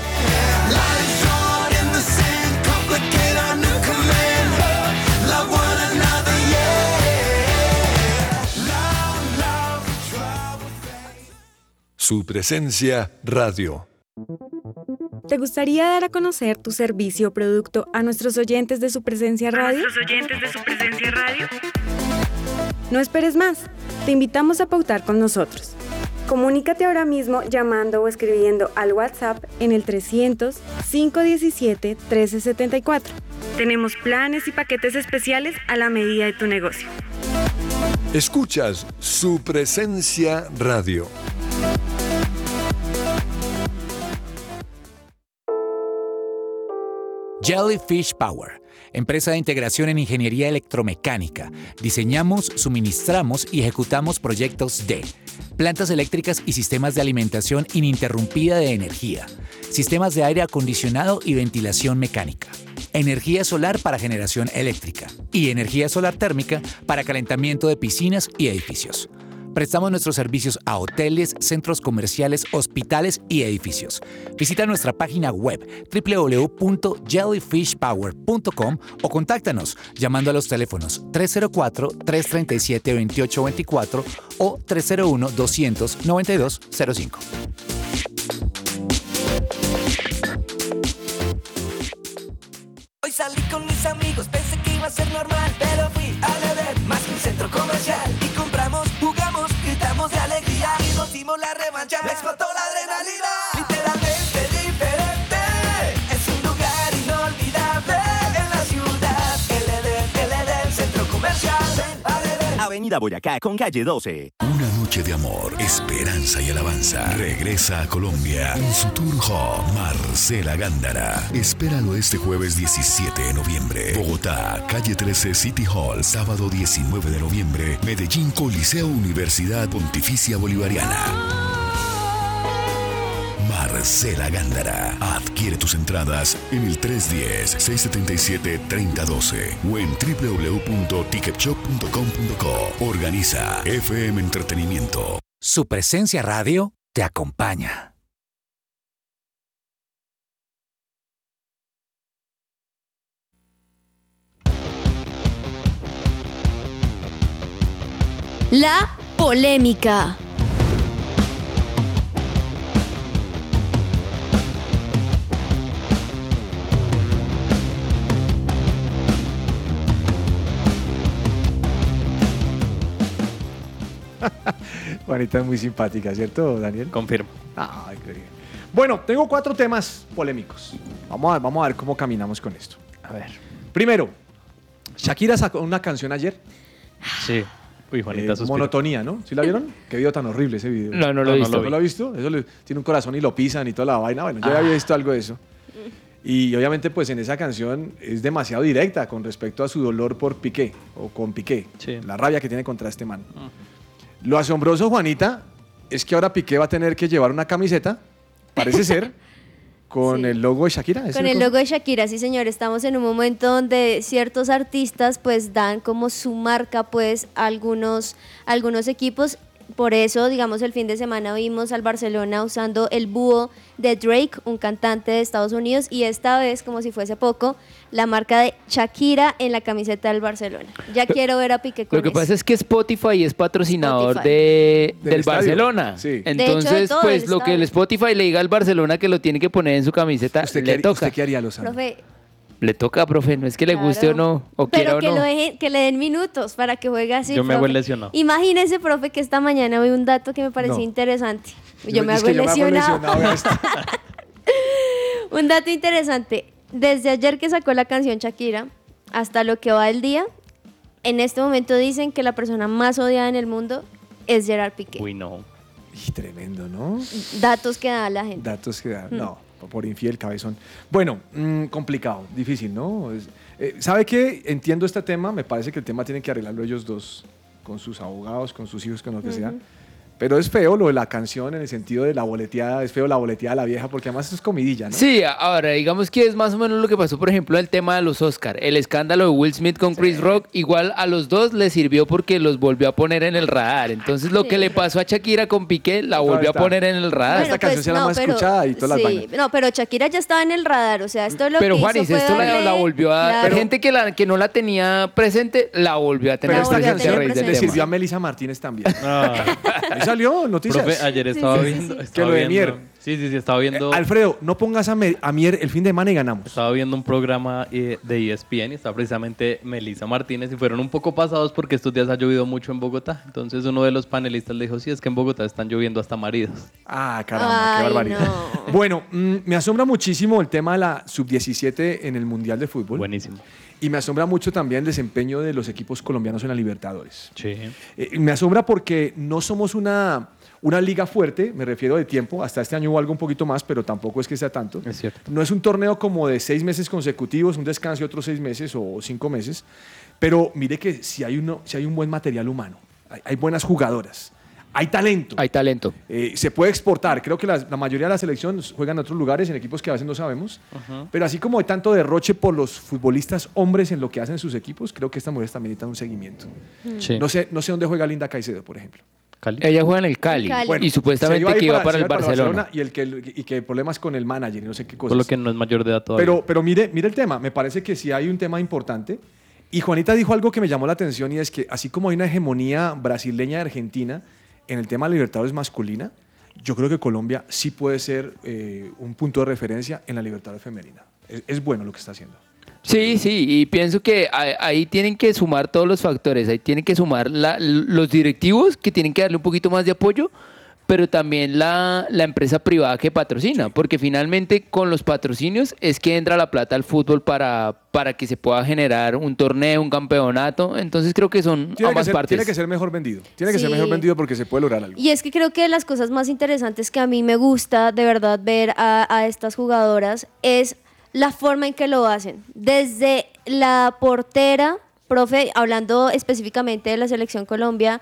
Su presencia radio. ¿Te gustaría dar a conocer tu servicio o producto a nuestros oyentes de Su Presencia Radio? ¿Nuestros oyentes de Su Presencia Radio? No esperes más. Te invitamos a pautar con nosotros. Comunícate ahora mismo llamando o escribiendo al WhatsApp en el trescientos, cinco diecisiete, trece setenta y cuatro. Tenemos planes y paquetes especiales a la medida de tu negocio. Escuchas Su Presencia Radio. Jellyfish Power, empresa de integración en ingeniería electromecánica. Diseñamos, suministramos y ejecutamos proyectos de plantas eléctricas y sistemas de alimentación ininterrumpida de energía, sistemas de aire acondicionado y ventilación mecánica, energía solar para generación eléctrica y energía solar térmica para calentamiento de piscinas y edificios. Prestamos nuestros servicios a hoteles, centros comerciales, hospitales y edificios. Visita nuestra página web doble u doble u doble u punto jellyfish power punto com o contáctanos llamando a los teléfonos tres cero cuatro, tres tres siete, dos ocho dos cuatro o tres cero uno, dos cero cero, nueve dos cero cinco. Hoy salí con mis amigos, pensé que iba a ser normal, pero fui al Edén, más que un centro comercial. Y compramos, jugamos, gritamos de alegría y nos dimos la revancha. Me explotó la adrenalina, literalmente diferente. Es un lugar inolvidable en la ciudad. El Edén, el Edén, centro comercial. Ven al Edén. Avenida Boyacá con calle doce. Una noche de amor, esperanza y alabanza. Regresa a Colombia en su tour home Marcela Gándara. Espéralo este jueves diecisiete de noviembre. Bogotá, calle trece City Hall. Sábado diecinueve de noviembre. Medellín, Coliseo Universidad Pontificia Bolivariana. Marcela Gándara. Adquiere tus entradas en el tres uno cero, seis siete siete, tres cero uno dos o en doble u doble u doble u punto ticket shop punto com punto co. Organiza F M Entretenimiento. Su Presencia Radio te acompaña. La polémica. Juanita es muy simpática, ¿cierto, Daniel? Confirmo. Ay, qué bien. Bueno, tengo cuatro temas polémicos. Vamos a, ver, vamos a ver cómo caminamos con esto. A ver. Primero, Shakira sacó una canción ayer. Sí. Uy, Juanita, eh, suspiro. Monotonía, ¿no? ¿Sí la vieron? Qué video tan horrible ese video. No, no lo he visto. ¿No lo ha visto? Eso le, tiene un corazón y lo pisan y toda la vaina. Bueno, yo ya Ah. había visto algo de eso. Y obviamente, pues en esa canción es demasiado directa con respecto a su dolor por Piqué o con Piqué. Sí. La rabia que tiene contra este man. Lo asombroso, Juanita, es que ahora Piqué va a tener que llevar una camiseta, parece ser, con Sí. el logo de Shakira. ¿es Con el cosa? logo de Shakira, sí señor, estamos en un momento donde ciertos artistas pues dan como su marca pues a algunos, a algunos equipos. Por eso, digamos, el fin de semana vimos al Barcelona usando el búho de Drake, un cantante de Estados Unidos, y esta vez, como si fuese poco, la marca de Shakira en la camiseta del Barcelona. Ya Pero- quiero ver a Piqué con Lo que eso. pasa es que Spotify es patrocinador Spotify. de, Del del estadio. Barcelona. Sí. De hecho, de Entonces, todo pues el lo que el estadio. Spotify le diga al Barcelona que lo tiene que poner en su camiseta, ¿Usted, le qué, toca. ¿Usted qué haría, Lozano? Profe, Le toca, profe, no es que le guste o no, o quiera pero o que, no. lo dejen, que le den minutos para que juegue así. Yo me hago profe. el lesionado. Imagínese, profe, que esta mañana vi un dato que me pareció No. interesante. Yo, Yo- me es hago que el yo me hago lesionado. lesionado a esto. Un dato interesante. Desde ayer que sacó la canción Shakira hasta lo que va del día, en este momento dicen que la persona más odiada en el mundo es Gerard Piqué. Uy, no. Y tremendo, ¿no? Datos que da la gente. Datos que da. Mm. No, por infiel, cabezón. Bueno, mm, complicado, difícil, ¿no? Es- eh, ¿Sabe qué? Entiendo este tema. Me parece que el tema tienen que arreglarlo ellos dos, con sus abogados, con sus hijos, con lo que sea. Pero es feo lo de la canción en el sentido de la boleteada, es feo la boleteada de la vieja, porque además es comidilla, ¿no? Sí, ahora digamos que es más o menos lo que pasó, por ejemplo, el tema de los Oscar, el escándalo de Will Smith con Chris Rock, igual a los dos les sirvió porque los volvió a poner en el radar. Entonces lo Sí. que le pasó a Shakira con Piqué la Otra volvió a vez está. poner en el radar. Esta canción será más escuchada y todas las sí, vainas. No, pero Shakira ya estaba en el radar. O sea, esto lo Pero que Juanis, hizo fue esto la, darle- la volvió a... Claro. gente que, la, que no la tenía presente, la volvió a tener Pero esta volvió a canción tener le presente. sirvió tema. a Melissa Martínez también. Ah. Ahí salió, noticias. Profe, ayer Sí, estaba sí, sí, viendo. sí. estaba Que lo de viendo- Mier. Sí, sí, sí, estaba viendo... Eh, Alfredo, no pongas a, Me- a Mier el fin de semana y ganamos. Estaba viendo un programa eh, de E S P N y estaba precisamente Melissa Martínez y fueron un poco pasados porque estos días ha llovido mucho en Bogotá. Entonces uno de los panelistas le dijo, sí, es que en Bogotá están lloviendo hasta maridos. Ah, caramba, Ay, qué barbaridad. no. Bueno, mm, me asombra muchísimo el tema de la sub diecisiete en el Mundial de Fútbol. Buenísimo. Y me asombra mucho también el desempeño de los equipos colombianos en la Libertadores. Sí. Eh, me asombra porque no somos una, una liga fuerte, me refiero de tiempo. Hasta este año hubo algo un poquito más, pero tampoco es que sea tanto. Es cierto. No es un torneo como de seis meses consecutivos, un descanso y otros seis meses o cinco meses. Pero mire que si hay, uno, si hay un buen material humano, hay, hay buenas jugadoras, hay talento. Hay talento. Eh, se puede exportar. Creo que la, la mayoría de la selección juegan en otros lugares, en equipos que a veces no sabemos. Ujú. Pero así como hay tanto derroche por los futbolistas hombres en lo que hacen sus equipos, creo que estas mujeres también necesitan un seguimiento. Sí. No sé, no sé dónde juega Linda Caicedo, por ejemplo. Ella juega en el Cali. Cali. Bueno, y supuestamente se que iba para se el Barcelona. y, el que, y que problemas con el manager y no sé qué cosas. Por lo que no es mayor de edad todavía. Pero, pero mire, mire el tema. Me parece que sí hay un tema importante. Y Juanita dijo algo que me llamó la atención y es que así como hay una hegemonía brasileña y argentina en el tema de la Libertadores masculina, yo creo que Colombia sí puede ser eh, un punto de referencia en la Libertadores femenina. Es, es bueno lo que está haciendo. Sí, sí, y pienso que ahí, ahí tienen que sumar todos los factores, ahí tienen que sumar la- los directivos que tienen que darle un poquito más de apoyo, pero también la, la empresa privada que patrocina, porque finalmente con los patrocinios es que entra la plata al fútbol para, para que se pueda generar un torneo, un campeonato, entonces creo que son Tiene que, ambas ser, partes. tiene que ser mejor vendido. Tiene que ser Sí. mejor vendido porque se puede lograr algo. Y es que creo que de las cosas más interesantes que a mí me gusta de verdad ver a, a estas jugadoras es la forma en que lo hacen. Desde la portera, profe, hablando específicamente de la Selección Colombia,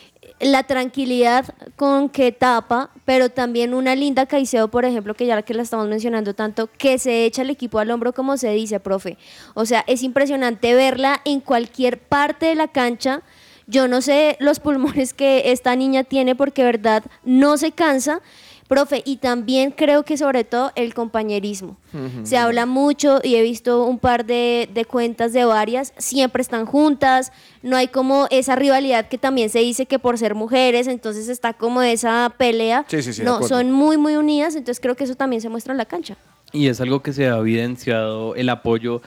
la tranquilidad con que tapa, pero también una Linda Caicedo, por ejemplo, que ya que la estamos mencionando tanto, que se echa el equipo al hombro, como se dice, profe. O sea, es impresionante verla en cualquier parte de la cancha. Yo no sé los pulmones que esta niña tiene porque, de verdad, no se cansa. Profe, y también creo que sobre todo el compañerismo. Se habla mucho y he visto un par de, de cuentas de varias, siempre están juntas, no hay como esa rivalidad que también se dice que por ser mujeres, entonces está como esa pelea. Sí, sí, sí, de no, acuerdo. son muy, muy unidas, entonces creo que eso también se muestra en la cancha. Y es algo que se ha evidenciado el apoyo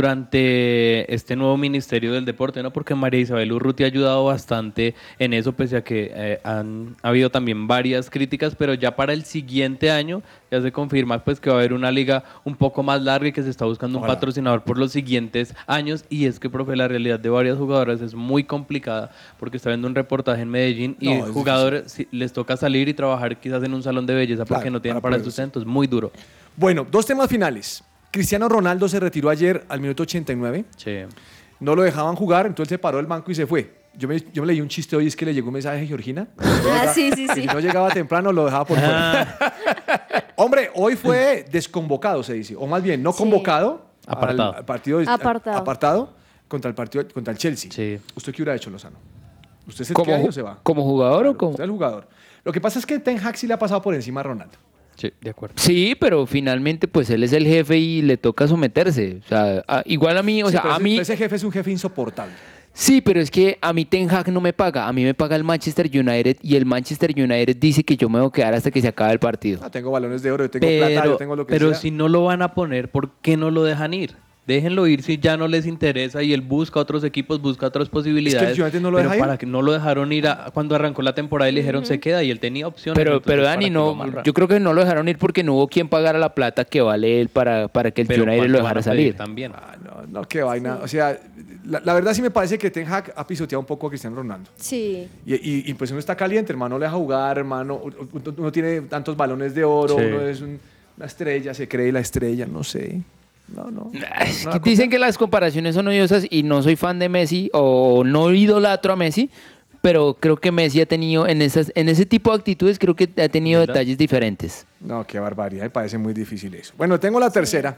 durante este nuevo Ministerio del Deporte, ¿no? Porque María Isabel Urruti ha ayudado bastante en eso, pese a que eh, han ha habido también varias críticas, pero ya para el siguiente año ya se confirma pues que va a haber una liga un poco más larga y que se está buscando Ojalá. un patrocinador por los siguientes años. Y es que, profe, la realidad de varias jugadoras es muy complicada, porque está viendo un reportaje en Medellín y No, es jugadores si- les toca salir y trabajar quizás en un salón de belleza porque Claro, no tienen para para el poder- sustento, es muy duro. Bueno, dos temas finales. Cristiano Ronaldo se retiró ayer al minuto ochenta y nueve. Sí. No lo dejaban jugar, entonces se paró del banco y se fue. Yo me, yo me leí un chiste hoy, es que le llegó un mensaje de Georgina. Ah, sí, sí, que sí. si no llegaba temprano, lo dejaba por fuera. Hombre, hoy fue desconvocado, se dice. O más bien, no Sí. convocado Apartado. al, al partido de- Apartado. apartado contra el partido contra el Chelsea. Sí. ¿Usted qué hubiera hecho, Lozano? ¿Usted se ¿Como, queda ahí ju- o se va? como jugador o como...? Usted es el jugador. Lo que pasa es que Ten Hag sí le ha pasado por encima a Ronaldo. Sí, de acuerdo. Sí, pero finalmente pues él es el jefe y le toca someterse. O sea, a- igual a mí, o Sí, sea, pero a ese, mí... ese jefe es un jefe insoportable. Sí, pero es que a mí Ten Hag no me paga, a mí me paga el Manchester United y el Manchester United dice que yo me voy a quedar hasta que se acabe el partido. Ah, tengo balones de oro, yo tengo plata, yo Pero, tengo lo que pero sea. si no lo van a poner, ¿por qué no lo dejan ir? Déjenlo ir si ya no les interesa y él busca otros equipos, busca otras posibilidades. United no lo pero deja ir. para que no lo dejaron ir a- cuando arrancó la temporada y le dijeron se queda y él tenía opciones. Pero, entonces, pero ¿para Dani, qué lo no, amarran? yo creo que no lo dejaron ir porque no hubo quien pagara la plata que vale él para, para que el Pero United ¿cuánto lo van a dejara pedir salir. También. Ah, no, no, qué vaina. O sea, la, la verdad sí me parece que Ten Hag ha pisoteado un poco a Cristiano Ronaldo. Sí. Y, y- y, pues uno está caliente, hermano, le deja jugar, hermano. Uno, uno tiene tantos balones de oro, Sí. uno es un- una estrella, se cree la estrella, no sé. No, no. Es No, que dicen que las comparaciones son odiosas y no soy fan de Messi o no idolatro a Messi, pero creo que Messi ha tenido en esas en ese tipo de actitudes creo que ha tenido ¿Verdad? detalles diferentes. No, qué barbaridad, me parece muy difícil eso. Bueno, tengo la tercera.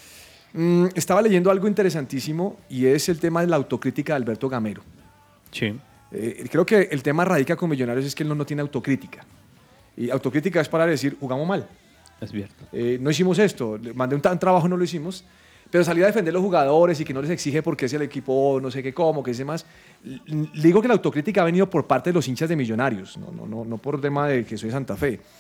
Mm, estaba leyendo algo interesantísimo y es el tema de la autocrítica de Alberto Gamero. Sí. Eh, creo que el tema radica con Millonarios es que él no, no tiene autocrítica. Y autocrítica es para decir, jugamos mal. Es cierto. Eh, no hicimos esto, le mandé un, tan trabajo, no lo hicimos, pero salir a defender a los jugadores y que no les exige porque es el equipo, no sé qué, cómo, qué sé más. L- Le digo que la autocrítica ha venido por parte de los hinchas de Millonarios, no, no, no, no por tema de que soy Santa Fe.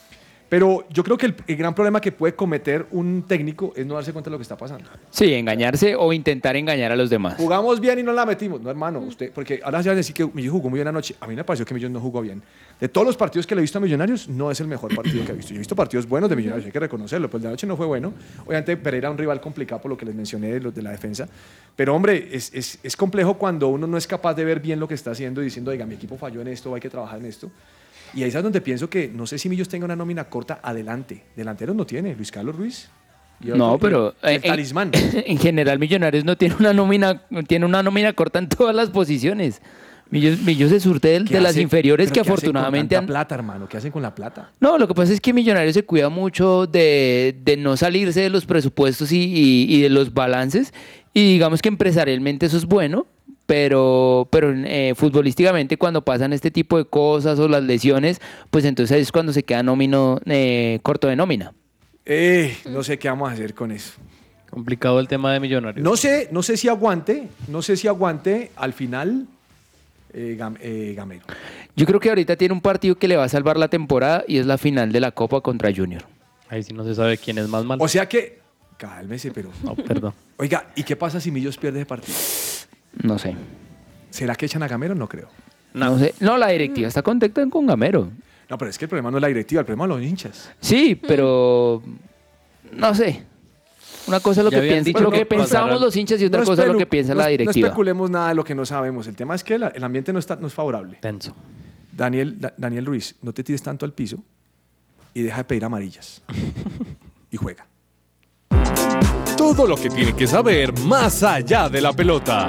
Pero yo creo que el, el gran problema que puede cometer un técnico es no darse cuenta de lo que está pasando. Sí, engañarse o intentar engañar a los demás. Jugamos bien y no la metimos. No, hermano, usted, porque ahora se va a decir que Millos jugó muy bien anoche. A mí me pareció que Millos no jugó bien. De todos los partidos que le he visto a Millonarios, no es el mejor partido que he visto. Yo he visto partidos buenos de Millonarios, hay que reconocerlo. Pues el de anoche no fue bueno. Obviamente Pereira un rival complicado por lo que les mencioné de los de la defensa. Pero hombre, es, es, es complejo cuando uno no es capaz de ver bien lo que está haciendo y diciendo, oiga, mi equipo falló en esto, hay que trabajar en esto. Y ahí es donde pienso que no sé si Millos tenga una nómina corta adelante. Delanteros no tiene, Luis Carlos Ruiz. Y No, otro- pero el en, talismán. en general Millonarios no tiene una nómina, tiene una nómina corta en todas las posiciones. Millos, Millos se surte de, ¿Qué de las hace- inferiores pero que qué hacen afortunadamente con han... tanta plata, hermano? ¿Qué hacen con la plata? No, lo que pasa es que Millonarios se cuida mucho de, de no salirse de los presupuestos y, y- y de los balances. Y digamos que empresarialmente eso es bueno, pero, pero eh, futbolísticamente cuando pasan este tipo de cosas o las lesiones, pues entonces es cuando se queda nómino, eh, corto de nómina. Eh, no sé qué vamos a hacer con eso. Complicado el tema de Millonarios. No sé, no sé si aguante, no sé si aguante al final eh, Gam- eh, Gamero. Yo creo que ahorita tiene un partido que le va a salvar la temporada y es la final de la Copa contra Junior. Ahí sí no se sabe quién es más malo. O sea que, cálmese, pero. No, perdón. Oiga, ¿y qué pasa si Millos pierde ese partido? No sé. ¿Será que echan a Gamero? No creo. No, sé. No, la directiva está contenta con Gamero. No, pero es que el problema no es la directiva, el problema son los hinchas. Sí, pero no sé. Una cosa es lo Ya que, habían piensa, dicho lo que que pensamos pasarán- los hinchas y otra No cosa es lo espelu- que piensa no- la No directiva. especulemos nada de lo que no sabemos. El tema es que la- el ambiente no, está, no es favorable. Tenso. Daniel, Da- Daniel Ruiz, no te tires tanto al piso y deja de pedir amarillas. Y juega. Todo lo que tiene que saber más allá de la pelota.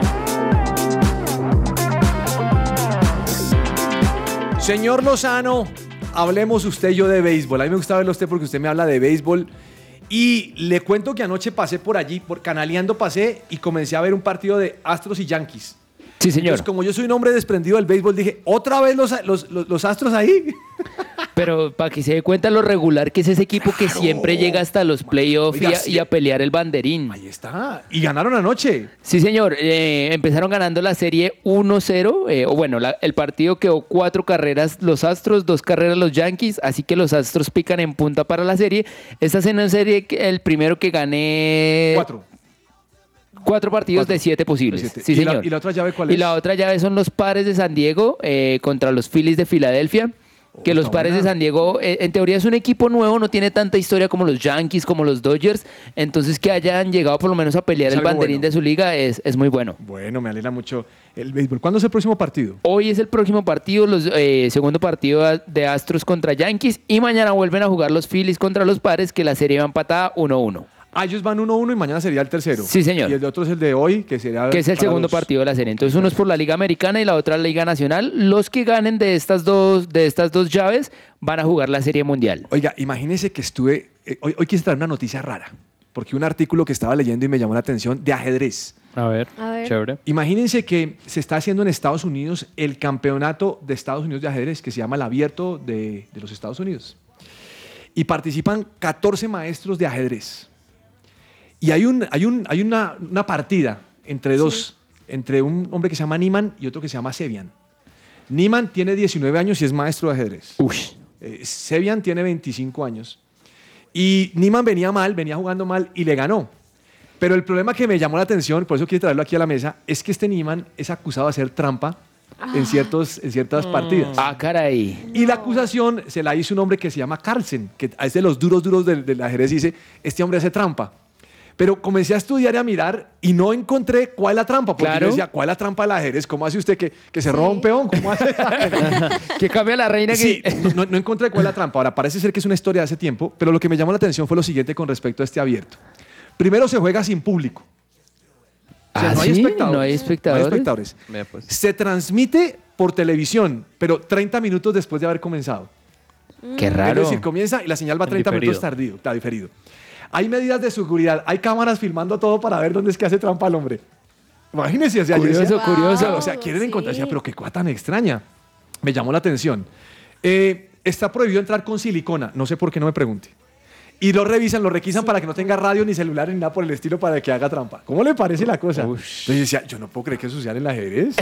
Señor Lozano, hablemos usted y yo de béisbol. A mí me gusta verlo a usted porque usted me habla de béisbol. Y le cuento que anoche pasé por allí, por Canaleando pasé y comencé a ver un partido de Astros y Yankees. Sí, señor. Entonces, como yo soy un hombre desprendido del béisbol, dije, ¿otra vez los, los, los, los Astros ahí? Pero para que se dé cuenta lo regular que es ese equipo que siempre llega hasta los playoffs y, Oiga, a- sí. y a pelear el banderín. Ahí está. Y ganaron anoche. Sí, señor. Eh, empezaron ganando la serie uno cero. eh, o bueno, la- el partido quedó cuatro carreras los Astros, dos carreras los Yankees. Así que los Astros pican en punta para la serie. Esta es una serie, que- el primero que gane... Cuatro. Cuatro partidos Cuatro. de siete posibles. De siete. Sí, ¿Y la- señor. y la otra llave cuál Y es? la otra llave son los Padres de San Diego eh, contra los Phillies de Filadelfia. Que los Oh, está Padres de buena. San Diego, eh, en teoría es un equipo nuevo, no tiene tanta historia como los Yankees, como los Dodgers. Entonces que hayan llegado por lo menos a pelear Es el algo banderín bueno. de su liga es, es muy bueno. Bueno, me alegra mucho el béisbol. ¿Cuándo es el próximo partido? Hoy es el próximo partido, los eh, segundo partido de Astros contra Yankees. Y mañana vuelven a jugar los Phillies contra los Padres, que la serie va empatada uno uno. Ah, ellos van uno uno y mañana sería el tercero. Sí, señor. Y el de otro es el de hoy, que sería... Que es el para segundo los- partido de la serie. Entonces uno es por la Liga Americana y la otra la Liga Nacional. Los que ganen de estas dos, de estas dos llaves van a jugar la Serie Mundial. Oiga, imagínese que estuve... eh, hoy, hoy quise traer una noticia rara, porque un artículo que estaba leyendo y me llamó la atención de ajedrez. A ver, A ver. chévere. Imagínense que se está haciendo en Estados Unidos el campeonato de Estados Unidos de ajedrez, que se llama el Abierto de, de los Estados Unidos. Y participan catorce maestros de ajedrez. Y hay, un, hay, un, hay una, una partida entre dos, entre un hombre que se llama Niemann y otro que se llama Sevian. Niemann tiene diecinueve años y es maestro de ajedrez. Eh, Sevian tiene veinticinco años. Y Niemann venía mal, venía jugando mal y le ganó. Pero el problema que me llamó la atención, por eso quiero traerlo aquí a la mesa, es que este Niemann es acusado de hacer trampa en, ciertos, en ciertas partidas. Ah, caray. Y la acusación se la hizo un hombre que se llama Carlsen, que es de los duros duros del, del ajedrez, y dice, este hombre hace trampa. Pero comencé a estudiar y a mirar y no encontré cuál es la trampa. Porque Claro. yo decía, ¿cuál es la trampa del ajedrez? ¿Cómo hace usted que, que se roba un peón? ¿Cómo hace? Que cambia la reina que... Sí, no, no encontré cuál es la trampa. Ahora, parece ser que es una historia de hace tiempo, pero lo que me llamó la atención fue lo siguiente con respecto a este abierto. Primero se juega sin público. O sea, ¿Ah, no hay sí? espectadores. ¿No hay espectadores? No hay espectadores. Vea, pues. Se transmite por televisión, pero treinta minutos después de haber comenzado. Qué Es raro. decir, comienza y la señal va En treinta minutos diferido. tardío, está diferido. Hay medidas de seguridad, hay cámaras filmando todo para ver dónde es que hace trampa el hombre. Imagínense, o sea, yo Curioso, decía, curioso. O sea, quieren sí. encontrar, decía, pero qué cosa tan extraña. Me llamó la atención. Eh, está prohibido entrar con silicona, no sé por qué, no me pregunte. y lo revisan, lo requisan para que no tenga radio ni celular ni nada por el estilo para que haga trampa. ¿Cómo le parece la cosa? Entonces yo decía, yo no puedo creer que eso sea en el ajedrez.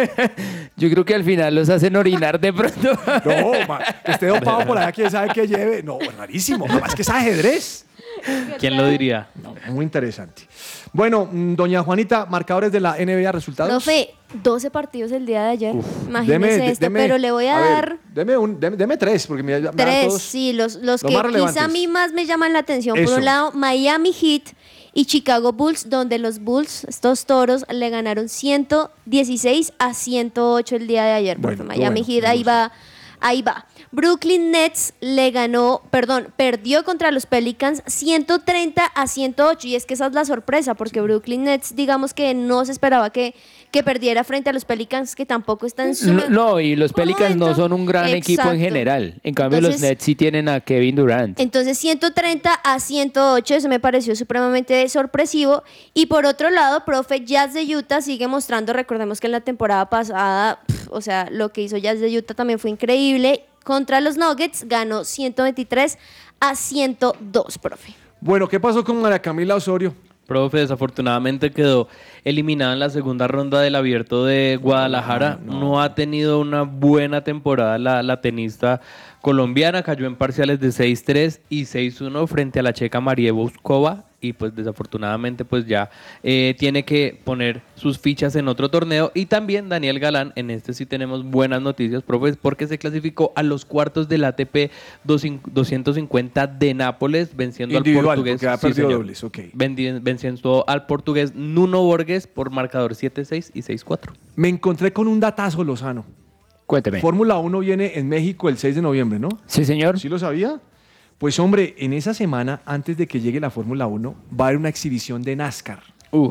Yo creo que al final los hacen orinar de pronto. No, ma, que esté dopado por allá, quién sabe qué lleve. No, rarísimo. Además que es ajedrez. ¿Quién lo diría? No, muy interesante. Bueno, mm, doña Juanita, marcadores de la N B A, resultados. Profe, doce partidos el día de ayer. Uf, Imagínese deme- esto, deme- pero le voy a, a ver, dar Deme, un, deme, deme tres, porque me, me dan tres, todos sí, los, los lo que más relevantes. quizá a mí más me llaman la atención. Por Eso. un lado, Miami Heat y Chicago Bulls, donde los Bulls, estos toros, le ganaron ciento dieciséis a ciento ocho el día de ayer. Bueno, Porque Miami bueno, Heat me ahí va, ahí va. Brooklyn Nets le ganó, perdón, perdió contra los Pelicans ciento treinta a ciento ocho. Y es que esa es la sorpresa, porque Brooklyn Nets, digamos que no se esperaba que, que perdiera frente a los Pelicans, que tampoco están en su No, no, y los Pelicans no son un gran equipo en Exacto. general. En cambio, los Entonces- Nets sí tienen a Kevin Durant. Entonces ciento treinta a ciento ocho, eso me pareció supremamente sorpresivo. Y por otro lado, profe, Jazz de Utah sigue mostrando, recordemos que en la temporada pasada, pf, o sea, lo que hizo Jazz de Utah también fue increíble. Contra los Nuggets ganó ciento veintitrés a ciento dos, profe. Bueno, ¿qué pasó con María Camila Osorio? Profe, desafortunadamente quedó eliminada en la segunda ronda del Abierto de Guadalajara. No, no ha tenido una buena temporada la, la tenista colombiana. Cayó en parciales de seis tres y seis uno frente a la checa María Bouzkova. Y pues desafortunadamente pues ya eh, tiene que poner sus fichas en otro torneo. Y también Daniel Galán, en este sí tenemos buenas noticias, profe, porque se clasificó a los cuartos del A T P doscientos cincuenta de Nápoles, venciendo Individual, al portugués. porque ha sí, perdido señor. dobles, ok. Vendi- venciendo al portugués Nuno Borges por marcador siete seis y seis cuatro. Me encontré con un datazo, Lozano. Cuénteme. Fórmula uno viene en México el seis de noviembre, ¿no? Sí, señor. ¿Sí lo sabía? Pues hombre, en esa semana, antes de que llegue la Fórmula uno, va a haber una exhibición de NASCAR. Uh.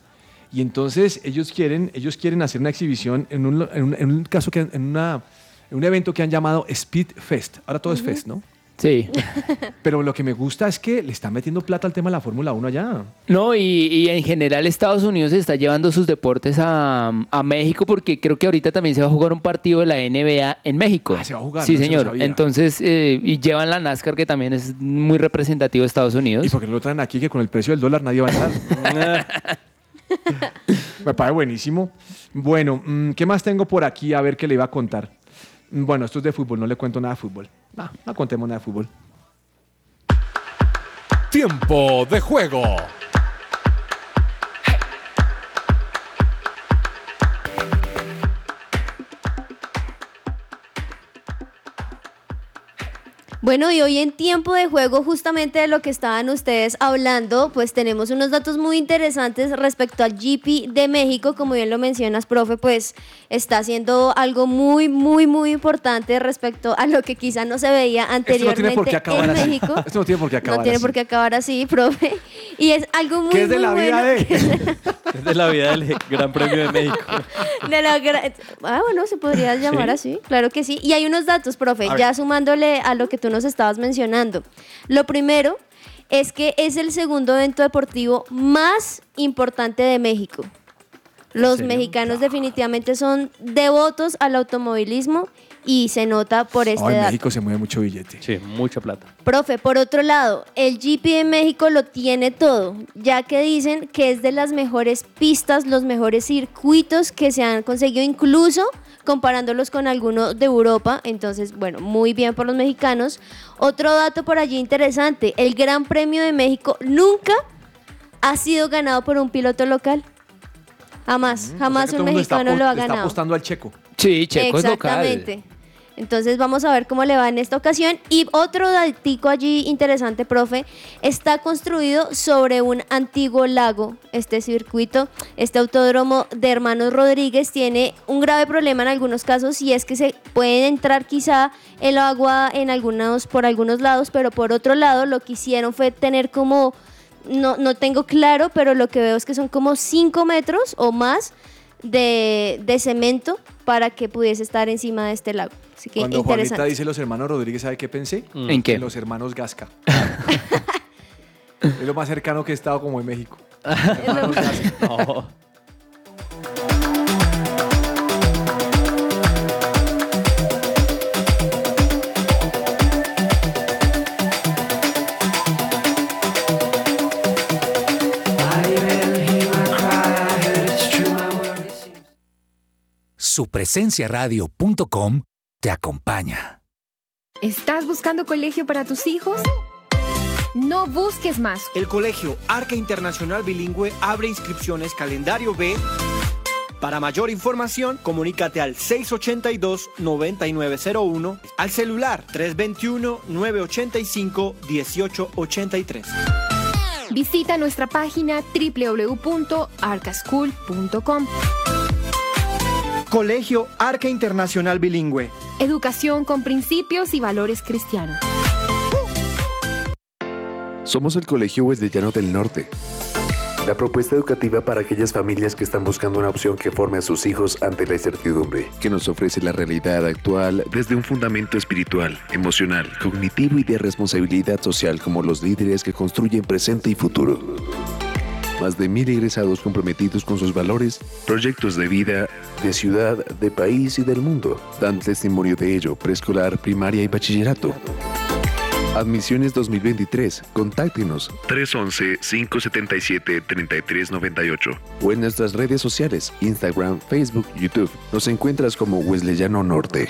Y entonces ellos quieren, ellos quieren hacer una exhibición en un, en un, en un caso que en, una, en un evento que han llamado Speed Fest. Ahora todo es Fest, ¿no? Sí. Pero lo que me gusta es que le están metiendo plata al tema de la Fórmula uno allá. No, y, y en general Estados Unidos está llevando sus deportes a, a México porque creo que ahorita también se va a jugar un partido de la N B A en México. Ah, se va a jugar. Sí, no se lo señor. sabía. Entonces, eh, y llevan la NASCAR que también es muy representativo de Estados Unidos. ¿Y por qué no lo traen aquí que con el precio del dólar nadie va a entrar? Me parece buenísimo. Bueno, mm, ¿qué más tengo por aquí? A ver qué le iba a contar. Mm, Bueno, esto es de fútbol, no le cuento nada de fútbol. No, no contemos nada de fútbol. Tiempo de juego. Bueno, y hoy en tiempo de juego, justamente de lo que estaban ustedes hablando, pues tenemos unos datos muy interesantes respecto al G P de México. Como bien lo mencionas, profe, pues está haciendo algo muy, muy, muy importante respecto a lo que quizá no se veía Esto no anteriormente tiene por qué acabar en así. México. Esto no tiene por qué acabar No tiene así. por qué acabar así, profe. Y es algo muy, ¿Qué es de muy la vida bueno. de? Es de la vida del Gran Premio de México. De la gra- ah, bueno, se podría llamar así, claro que sí. Y hay unos datos, profe, A ya ver. sumándole a lo que tú nos estabas mencionando. Lo primero es que es el segundo evento deportivo más importante de México. Los serio? mexicanos definitivamente son devotos al automovilismo y se nota por este Ay, en dato. México se mueve mucho billete. Sí, mucha plata. Profe, por otro lado, el G P de México lo tiene todo, ya que dicen que es de las mejores pistas, los mejores circuitos que se han conseguido, incluso comparándolos con algunos de Europa. Entonces, bueno, muy bien por los mexicanos. Otro dato por allí interesante, el Gran Premio de México nunca ha sido ganado por un piloto local. Jamás, jamás O sea que un todo el mundo está mexicano apo- lo ha le está ganado. apostando al checo. Sí, Checo es local. Exactamente. Entonces vamos a ver cómo le va en esta ocasión. Y otro datico allí interesante, profe, está construido sobre un antiguo lago. Este circuito, este autódromo de Hermanos Rodríguez tiene un grave problema en algunos casos y es que se puede entrar quizá el agua en algunos, por algunos lados, pero por otro lado lo que hicieron fue tener como, no, no tengo claro, pero lo que veo es que son como cinco metros o más de, de cemento para que pudiese estar encima de este lago. Así que Cuando Juanita interesante. dice los hermanos Rodríguez, ¿sabe qué pensé? Mm. ¿En qué? En los hermanos Gasca. Es lo más cercano que he estado como en México. Hermanos Gasca. No. su presencia radio punto com te acompaña. ¿Estás buscando colegio para tus hijos? No busques más. El Colegio Arca Internacional Bilingüe abre inscripciones calendario B. Para mayor información, comunícate al seis ocho dos, nueve nueve cero uno, al celular tres dos uno, nueve ocho cinco, uno ocho ocho tres. Visita nuestra página doble u doble u doble u punto arcaschool punto com. Colegio Arca Internacional Bilingüe. Educación con principios y valores cristianos. Somos el Colegio Wesleyano del Norte. La propuesta educativa para aquellas familias que están buscando una opción que forme a sus hijos ante la incertidumbre, que nos ofrece la realidad actual desde un fundamento espiritual, emocional, cognitivo y de responsabilidad social como los líderes que construyen presente y futuro. Más de mil egresados comprometidos con sus valores, proyectos de vida, de ciudad, de país y del mundo. Dan testimonio de ello, preescolar, primaria y bachillerato. Admisiones dos mil veintitrés. Contáctenos tres once, cinco setenta y siete, treinta y tres noventa y ocho o en nuestras redes sociales, Instagram, Facebook, YouTube. Nos encuentras como Wesleyano Norte.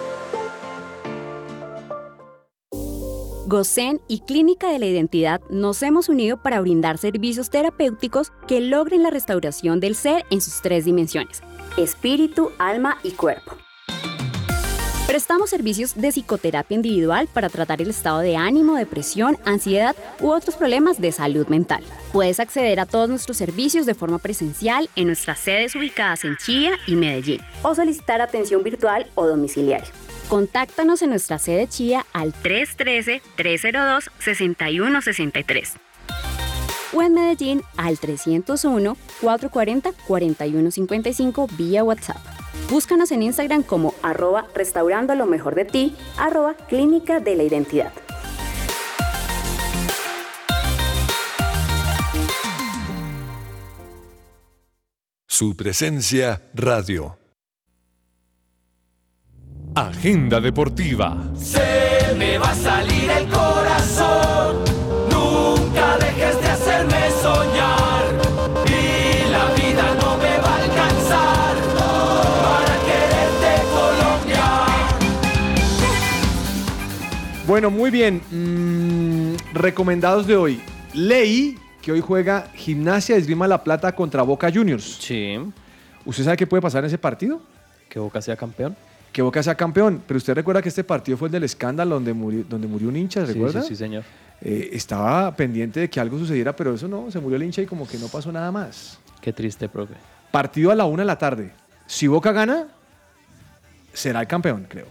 GOSEN y Clínica de la Identidad nos hemos unido para brindar servicios terapéuticos que logren la restauración del ser en sus tres dimensiones: espíritu, alma y cuerpo. Prestamos servicios de psicoterapia individual para tratar el estado de ánimo, depresión, ansiedad u otros problemas de salud mental. Puedes acceder a todos nuestros servicios de forma presencial en nuestras sedes ubicadas en Chía y Medellín, o solicitar atención virtual o domiciliaria. Contáctanos en nuestra sede Chía al tres uno tres, tres cero dos, seis uno seis tres o en Medellín al tres cero uno, cuatro cuatro cero, cuatro uno cinco cinco vía WhatsApp. Búscanos en Instagram como arroba restaurando lo mejor de ti, arroba Clínica de la Identidad. Su presencia radio. Agenda deportiva. Se me va a salir el corazón. Nunca dejes de hacerme soñar. Y la vida no me va a alcanzar para quererte, Colombia. Bueno, muy bien. Mm, recomendados de hoy. Leí que hoy juega Gimnasia de Esgrima La Plata contra Boca Juniors. Sí. ¿Usted sabe qué puede pasar en ese partido? Que Boca sea campeón. Que Boca sea campeón. Pero usted recuerda que este partido fue el del escándalo donde murió, donde murió un hincha, ¿recuerda? Sí, sí, sí, señor. Eh, estaba pendiente de que algo sucediera, pero eso no, se murió el hincha y como que no pasó nada más. Qué triste, profe. Partido a la una de la tarde. Si Boca gana, será el campeón, creo.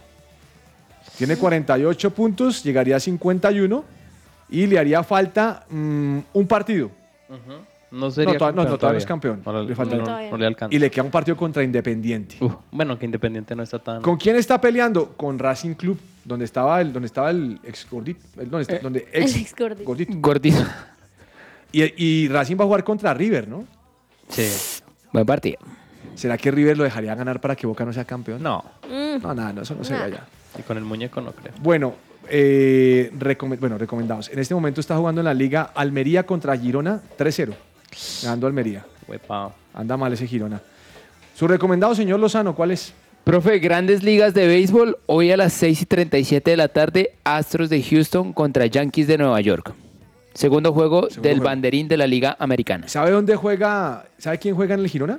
Tiene cuarenta y ocho puntos, llegaría a cincuenta y uno y le haría falta mmm, un partido. Uh-huh. No sería no, to- no, no, todavía todavía no es campeón. No, le falta no, un- no le alcanza. Y le queda un partido contra Independiente. Uh, bueno, que Independiente no está tan... ¿Con quién está peleando? Con Racing Club, donde estaba el, donde estaba el ex gordito. El, donde está- Eh, donde el ex ex gordito. gordito. Gordito. Y, y Racing va a jugar contra River, ¿no? Sí. Buen partido. ¿Será que River lo dejaría ganar para que Boca no sea campeón? No. Mm. No, nada, no, eso no se Nah. ve allá. Y con el muñeco no creo. Bueno, eh, recome- bueno, recomendados. En este momento está jugando en la Liga Almería contra Girona tres cero. Ganando Almería. Uepa. Anda mal ese Girona. Su recomendado, señor Lozano, ¿cuál es? Profe, grandes ligas de béisbol. Hoy a las seis y treinta y siete de la tarde, Astros de Houston contra Yankees de Nueva York. Segundo juego Segundo del juego. banderín de la Liga Americana. ¿Sabe dónde juega? ¿Sabe quién juega en el Girona?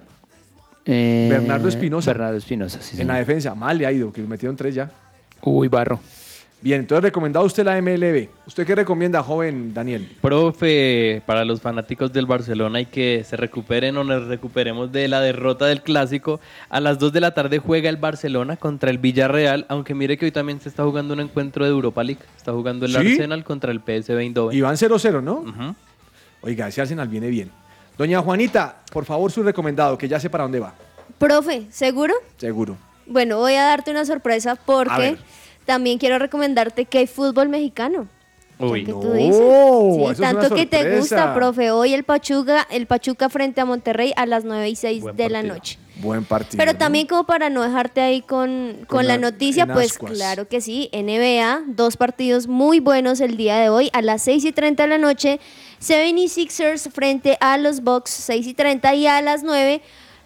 Eh, Bernardo Espinosa. Bernardo Espinosa, sí, En la señor. defensa. Mal le ha ido, que metieron tres ya. Uy, barro. Bien, entonces recomendado usted la M L B. ¿Usted qué recomienda, joven Daniel? Profe, para los fanáticos del Barcelona y que se recuperen o nos recuperemos de la derrota del Clásico, a las dos de la tarde juega el Barcelona contra el Villarreal, aunque mire que hoy también se está jugando un encuentro de Europa League. Está jugando el ¿Sí? Arsenal contra el P S V Eindhoven. Y van cero cero, ¿no? Ujú. Oiga, ese Arsenal viene bien. Doña Juanita, por favor, su recomendado, que ya sé para dónde va. Profe, ¿seguro? Seguro. Bueno, voy a darte una sorpresa A porque ver. también quiero recomendarte que hay fútbol mexicano. Uy, que no. tú dices. Oh, Sí, eso es una tanto que te sorpresa. gusta, profe. Hoy el Pachuca, el Pachuca frente a Monterrey a las nueve y seis Buen de la partido. noche. Buen partido. Pero ¿no? también como para no dejarte ahí con, con, Con la, la- noticia, en pues ascuas. claro que sí, N B A, dos partidos muy buenos el día de hoy, a las seis y treinta de la noche, setenta y sixers frente a los Bucks, seis y treinta, y a las nueve,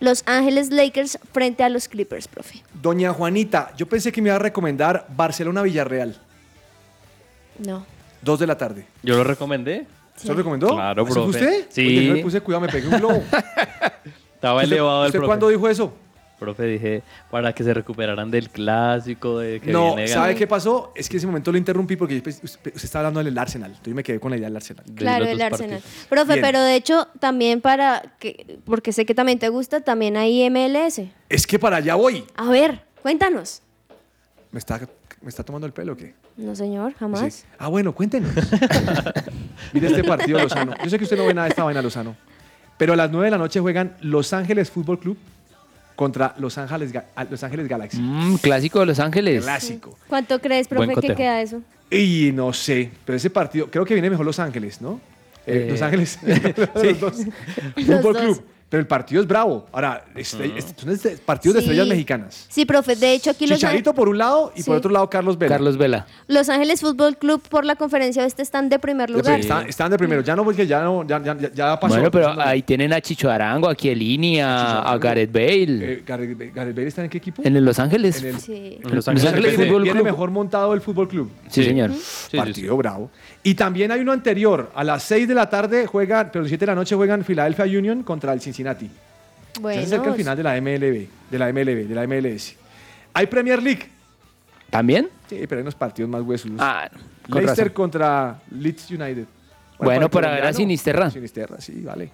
Los Ángeles Lakers frente a los Clippers, profe. Doña Juanita, yo pensé que me iba a recomendar Barcelona-Villarreal, No. dos de la tarde. Yo lo recomendé. ¿Se lo recomendó? Claro, ¿Eso fue profe. usted? Sí. Oye, yo me puse cuidado, me pegué un globo. Estaba ¿Usted- elevado el ¿Usted profe. cuándo dijo eso? Profe, dije, para que se recuperaran del clásico, de que No, viene ¿sabe ganando. qué pasó? Es que en ese momento lo interrumpí porque usted, usted estaba hablando del Arsenal. Entonces me quedé con la idea del Arsenal. Claro, el Arsenal. Profe, Bien. pero de hecho también para, que, porque sé que también te gusta, también hay M L S. Es que para allá voy. A ver, cuéntanos. ¿Me está, me está tomando el pelo o qué? No, señor, jamás. Sí. Ah, bueno, cuéntenos. Mire este partido Lozano. Yo sé que usted no ve nada de esta vaina Lozano. Pero a las nueve de la noche juegan Los Ángeles Fútbol Club contra Los Ángeles, Ga- Los Ángeles Galaxy. Mm, clásico de Los Ángeles. Clásico. ¿Cuánto crees, Buen profe, que cotejo. queda eso? Y no sé, pero ese partido, creo que viene mejor Los Ángeles, ¿no? Eh, Eh, Los Ángeles. sí. Los dos. Los Fútbol dos. Club. Pero el partido es bravo. Ahora, este- este- son este- partidos de Sí. estrellas mexicanas. Sí, profe, de hecho aquí los, Chicharito por un lado y por Sí. otro lado Carlos Vela. Carlos Vela. los Ángeles Fútbol Club por la conferencia oeste están de primer lugar. Están, están de primero. Ya no, porque ya no, ya, ya, ya- ya pasó. Bueno, pero Entonces, no. ahí tienen a Chicho Arango, a Chiellini, a, a Gareth Bale. Eh, Gareth Bale- Gareth Bale está en qué equipo? En el Los Ángeles. En el- Sí. En Los Ángeles Viene- Fútbol viene Club. mejor montado el Fútbol Club. Sí, señor. Partido bravo. Y también hay uno anterior. A las seis de la tarde juegan, pero a las siete de la noche juegan Philadelphia Union contra el Cincinnati. Bueno, Ya se acerca el final de la M L B, de la M L B, de la M L S. Hay Premier League. ¿También? Sí, pero hay unos partidos más huesos. Ah, con Leicester razón. contra Leeds United. Bueno, para ver a colombiano, Sinisterra. Sinisterra, sí, vale.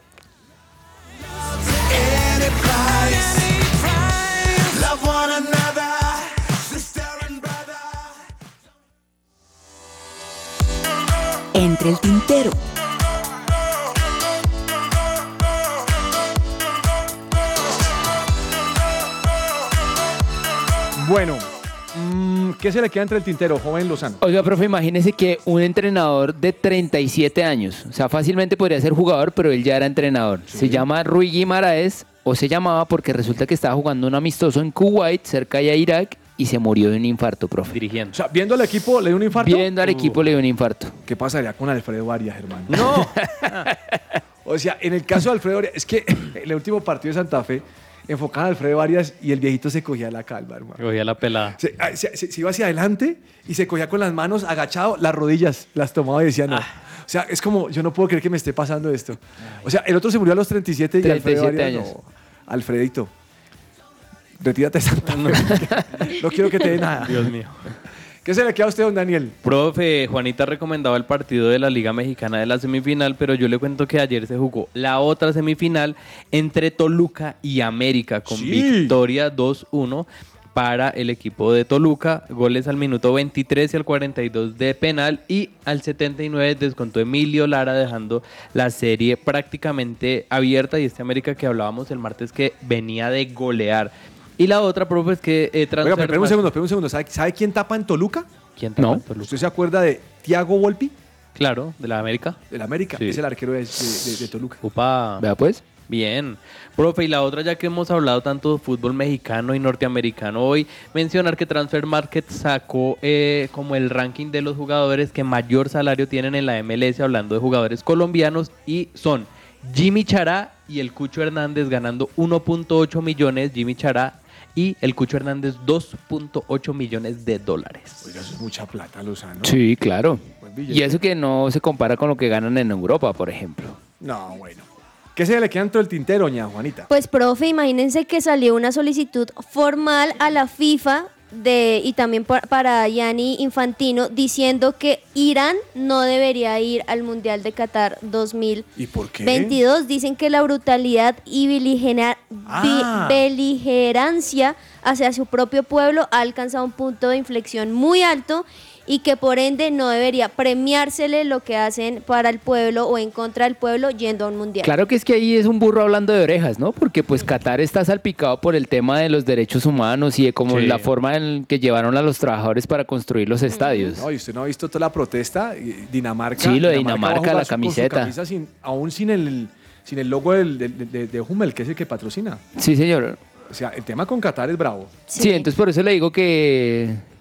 Love one another. Entre el tintero. Bueno, mm, ¿qué se le queda entre el tintero, joven Lozano? Oiga, profe, imagínese que un entrenador de treinta y siete años, o sea, fácilmente podría ser jugador, pero él ya era entrenador. Se llama Rui Guimaraes, o se llamaba porque resulta que estaba jugando un amistoso en Kuwait, cerca de Irak, y se murió de un infarto, profe. Dirigiendo. O sea, viendo al equipo, ¿le dio un infarto? Viendo al equipo le dio un infarto. ¿Qué pasaría con Alfredo Arias, hermano? No. O sea, en el caso de Alfredo Arias, es que el último partido de Santa Fe enfocaban a Alfredo Arias y el viejito se cogía la calva, hermano. Cogía la pelada. Se, ah, se- se- se iba hacia adelante y se cogía con las manos agachado, las rodillas las tomaba y decía no. O sea, es como, yo no puedo creer que me esté pasando esto. O sea, el otro se murió a los treinta y siete y Alfredo treinta y siete Arias, años. no. Alfredito, retírate de Santa Fe. No quiero que te dé nada. Dios mío. ¿Qué se le queda a usted, don Daniel? Profe, Juanita recomendaba el partido de la Liga Mexicana de la semifinal, pero yo le cuento que ayer se jugó la otra semifinal entre Toluca y América con Sí. victoria dos uno para el equipo de Toluca. Goles al minuto veintitrés y al cuarenta y dos de penal y al setenta y nueve descontó Emilio Lara, dejando la serie prácticamente abierta, y este América que hablábamos el martes que venía de golear. Y la otra, profe, es que eh, Oiga, pero Transfer espera un Market- segundo, espera un segundo. ¿Sabe, sabe quién tapa en Toluca? ¿Quién tapa No. en Toluca? ¿Usted se acuerda de Thiago Volpi? Claro, de la América. Del América. Sí. Es el arquero de, de- de- de Toluca. Upa. Vea pues. Bien. Profe, y la otra, ya que hemos hablado tanto de fútbol mexicano y norteamericano hoy, mencionar que Transfer Market sacó eh, como el ranking de los jugadores que mayor salario tienen en la M L S, hablando de jugadores colombianos, y son Jimmy Chará y el Cucho Hernández ganando uno punto ocho millones, Jimmy Chará, y el Cucho Hernández dos punto ocho millones de dólares. Oiga, eso es mucha plata, Lozano. Sí, claro. Buen billete. Y eso que no se compara con lo que ganan en Europa, por ejemplo. No, bueno. ¿Qué se le queda dentro del tintero, doña Juanita? Pues, profe, imagínense que salió una solicitud formal a la FIFA de, y también pa- para Gianni Infantino diciendo que Irán no debería ir al Mundial de Qatar dos mil ¿Y por qué? veintidós. Dicen que la brutalidad y beligera- Ah. bi- beligerancia hacia su propio pueblo ha alcanzado un punto de inflexión muy alto y que por ende no debería premiársele lo que hacen para el pueblo o en contra del pueblo yendo a un mundial. Claro que es que ahí es un burro hablando de orejas, ¿no? Porque pues Qatar está salpicado por el tema de los derechos humanos y de como Sí. la forma en que llevaron a los trabajadores para construir los estadios. No, y usted no ha visto toda la protesta. Y Dinamarca. Sí, lo de va a Dinamarca, jugar la su- con su camiseta. camisa sin- aún sin el, sin el logo del- de, de, de Hummel, que es el que patrocina. Sí, señor. O sea, el tema con Qatar es bravo. Sí, entonces por eso le digo que,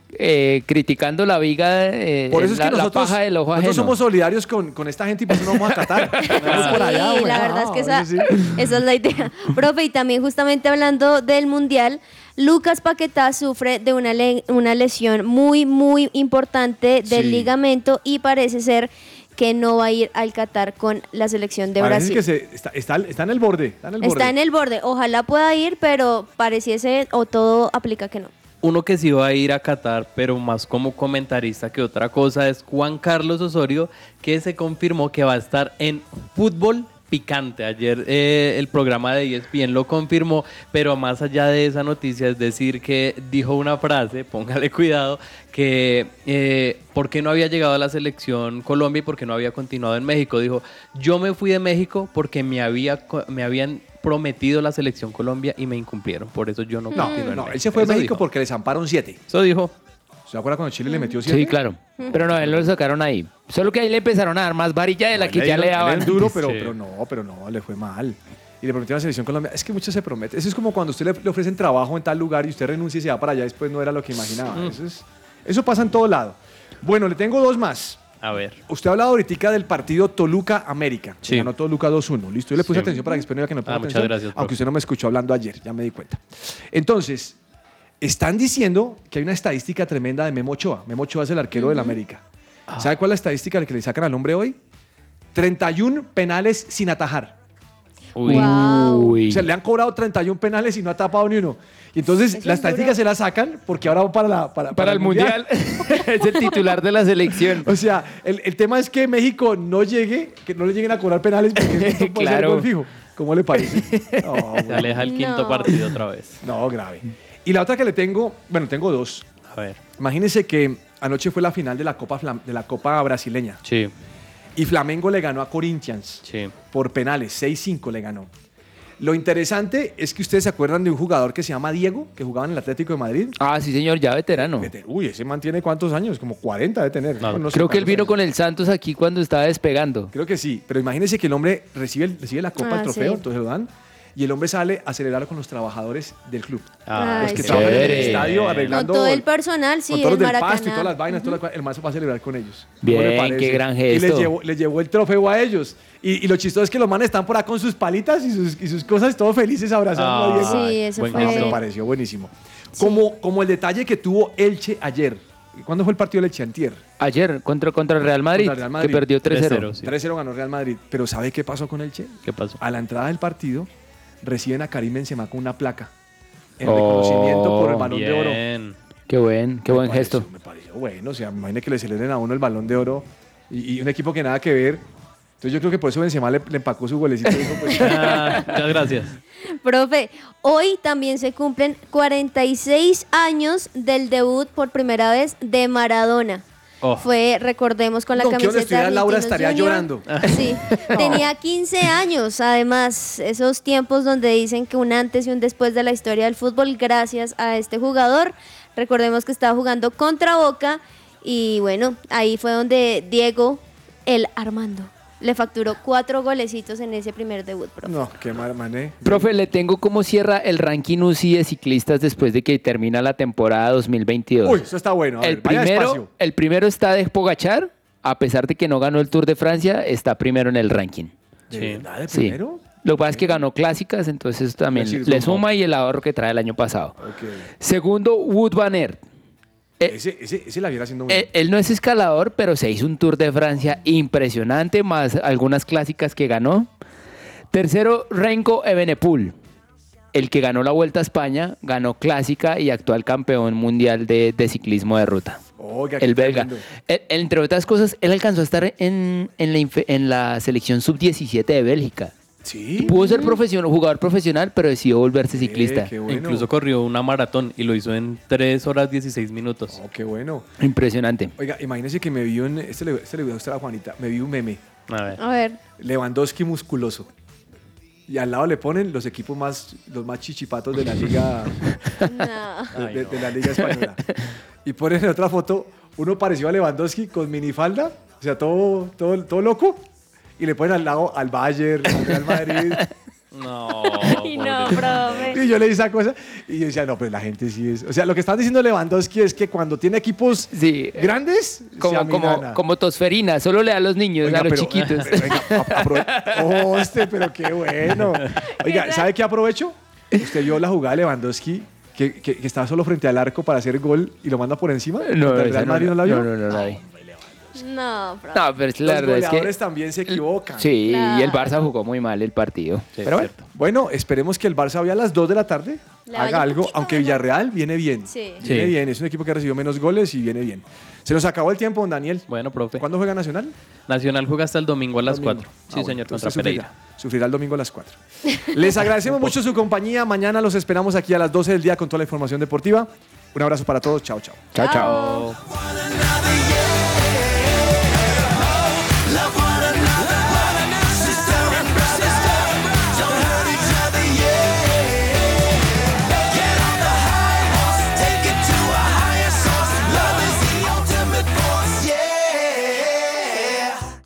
eh, criticando la viga, eh, Por eso es la, que la nosotros, paja del ojo nosotros ajeno. somos solidarios con, con esta gente y por eso no vamos a Qatar. Vamos por allá, Sí, hombre. la verdad es que esa, eso sí. esa es la idea. Profe, y también justamente hablando del Mundial, Lucas Paquetá sufre de una, le- una lesión muy, muy importante del Sí. ligamento y parece ser que no va a ir al Qatar con la selección de Parece Brasil. que se, está, está, está en el borde. Está en el borde. Está en el borde. Ojalá pueda ir, pero pareciese o todo aplica que no. Uno que sí va a ir a Qatar, pero más como comentarista que otra cosa, es Juan Carlos Osorio, que se confirmó que va a estar en Fútbol Picante. Ayer eh, el programa de E S P N lo confirmó, pero más allá de esa noticia, es decir, que dijo una frase, póngale cuidado, que eh, por qué no había llegado a la selección Colombia y por qué no había continuado en México. Dijo, yo me fui de México porque me, había, co- me habían prometido la selección Colombia y me incumplieron, por eso yo no No, continúo en no, México. él se fue a Eso México dijo. porque le zamparon siete. Eso dijo. ¿Se acuerda cuando Chile le metió siete? Sí, claro. Pero no, él lo sacaron ahí. Solo que ahí le empezaron a dar más varilla de la que ya le daban. dieron duro, pero, Sí. pero no, pero no, le fue mal. Y le prometieron a la selección Colombia. Es que mucho se promete. Eso es como cuando a usted le, le ofrecen trabajo en tal lugar y usted renuncia y se va para allá, después no era lo que imaginaba. Mm. Eso, es, eso pasa en todo lado. Bueno, le tengo dos más. A ver. Usted ha hablado ahorita del partido Toluca-América. Sí. Ganó Toluca dos uno. Listo, yo le puse Sí. atención para que después no diga que no puse Ah, muchas atención. gracias, profe. Aunque usted no me escuchó hablando ayer, ya me di cuenta. Entonces, están diciendo que hay una estadística tremenda de Memo Ochoa. Memo Ochoa es el arquero del América. ¿Sabe cuál es la estadística que le sacan al hombre hoy? treinta y uno penales sin atajar. Uy. Wow. O sea, le han cobrado treinta y uno penales y no ha tapado ni uno. Y entonces la estadística se la sacan porque ahora va para, la, para, Para el Mundial. Es el titular de la selección. O sea, el, el tema es que México no llegue, que no le lleguen a cobrar penales porque esto puede ser Claro. gol fijo. ¿Cómo le parece? No, Se aleja el quinto No. partido otra vez. no, grave. Y la otra que le tengo, bueno, tengo dos. A ver. Imagínense que anoche fue la final de la Copa, Flam- de la Copa brasileña. Sí, Y Flamengo le ganó a Corinthians sí. por penales, seis cinco le ganó. Lo interesante es que ustedes se acuerdan de un jugador que se llama Diego, que jugaba en el Atlético de Madrid. Ah, sí, señor, ya veterano. Uy, ese man tiene cuántos años, como cuarenta de tener. No, No, no sé Creo que él cuántos vino años. con el Santos aquí cuando estaba despegando. Creo que sí, pero imagínense que el hombre recibe, el- recibe la copa, Ah, el trofeo, sí. entonces lo dan, y el hombre sale a celebrar con los trabajadores del club. Ah, los que sí. trabajan en el Chévere. estadio Con arreglando... todo el personal, sí, con todos el los del pasto y Maracaná. todas las vainas, todas las- el man se va a celebrar con ellos. Bien, ¿Cómo le parece? qué gran Y les gesto. llevó, les llevó el trofeo a ellos. Y, y lo chistoso es que los manes están por acá con sus palitas y sus, y sus cosas, todos felices abrazando Ah, a Diego. Sí, eso buen fue. gesto. Me pareció buenísimo. Como, como el detalle que tuvo Elche ayer. ¿Cuándo fue el partido del Elche? Antier. Ayer contra, contra el Real Madrid, Contra el Real Madrid. que perdió tres cero. tres cero. Sí. tres cero ganó Real Madrid. Pero ¿sabe qué pasó con Elche? ¿Qué pasó? A la entrada del partido reciben a Karim Benzema con una placa en Oh, reconocimiento por el Balón de Oro. Bien. Qué buen, qué Me buen pareció- gesto. Me pareció bueno, o sea, imagínate que le celebren a uno el Balón de Oro y, y un equipo que nada que ver. Entonces yo creo que por eso Benzema le, le empacó su golecito y dijo, pues, Ah, muchas gracias. Profe, hoy también se cumplen cuarenta y seis años del debut por primera vez de Maradona. Oh. Fue, recordemos, con la No, que donde camiseta estuviera de Laura Argentinos estaría Junior. llorando. Sí, tenía quince años, además, esos tiempos donde dicen que un antes y un después de la historia del fútbol gracias a este jugador. Recordemos que estaba jugando contra Boca y bueno, ahí fue donde Diego, el Armando, le facturó cuatro golecitos en ese primer debut, profe. no, qué mal mané. Profe, le tengo cómo cierra el ranking U C I de ciclistas después de que termina la temporada dos mil veintidós. Uy, eso está bueno. A ver, el, vaya primero, despacio. el primero está de Pogachar, a pesar de que no ganó el Tour de Francia, está primero en el ranking. ¿De Sí. verdad, de Sí. primero? Lo que pasa es que ganó clásicas, entonces también Es decir, le sumó. suma y el ahorro que trae el año pasado. Ok. Segundo, Wout van Aert. Eh, Ese, ese, ese la viera haciendo bien. Eh, él no es escalador, pero se hizo un Tour de Francia impresionante, más algunas clásicas que ganó. Tercero, Renko Evenepoel, el que ganó la Vuelta a España, ganó clásica y actual campeón mundial de, de ciclismo de ruta. Oiga, qué El belga. tremendo. Él- entre otras cosas, él alcanzó a estar en, en la, infe- en la selección sub diecisiete de Bélgica. Sí. Pudo ser profesional, jugador profesional, pero decidió volverse ciclista. qué bueno. Incluso corrió una maratón y lo hizo en tres horas dieciséis minutos. Oh, qué bueno. Impresionante. Oiga, imagínese que me vio en. Este le, este le voy a gustar a Juanita. Me vi un meme. A ver. A ver. Lewandowski musculoso. Y al lado le ponen los equipos más, los más chichipatos de la liga, No. de, de la liga española. Y ponen en otra foto uno parecido a Lewandowski con minifalda, o sea, todo, todo, todo loco. Y le ponen al lado al Bayern, al Real Madrid. No. Y no, profe. Y yo leí esa cosa y yo decía, no, pues la gente sí es. O sea, lo que están diciendo Lewandowski es que cuando tiene equipos Sí. grandes, se Como, como, amilana. como tosferina, solo le da a los niños, Oiga, a los pero- chiquitos. Venga, a- aprove- Oh, este, pero qué bueno. Oiga, ¿sabe qué aprovecho? Usted vio la jugada de Lewandowski que, que, que estaba solo frente al arco para hacer gol y lo manda por encima. No, ¿Contra el esa Real Madrid no la vio? No, no, no la vi. No, profe. No, pero es la Los verdad es goleadores que... también se equivocan. Sí, Claro. y el Barça jugó muy mal el partido. Pero bueno, bueno, esperemos que el Barça hoy a las dos de la tarde Le vaya haga un algo, poquito aunque mejor. Villarreal viene bien. Sí. Viene Sí. bien, es un equipo que recibió menos goles y viene bien. Se nos acabó el tiempo, don Daniel. Bueno, profe. ¿Cuándo juega Nacional? Nacional juega hasta el domingo a las Domingo. cuatro. Ah, Sí, bueno, señor, entonces contra sufrirá. Pereira. Sufrirá el domingo a las cuatro. Les agradecemos mucho su compañía. Mañana los esperamos aquí a las doce del día con toda la información deportiva. Un abrazo para todos. Chao, chao. Chao, chao. Chao.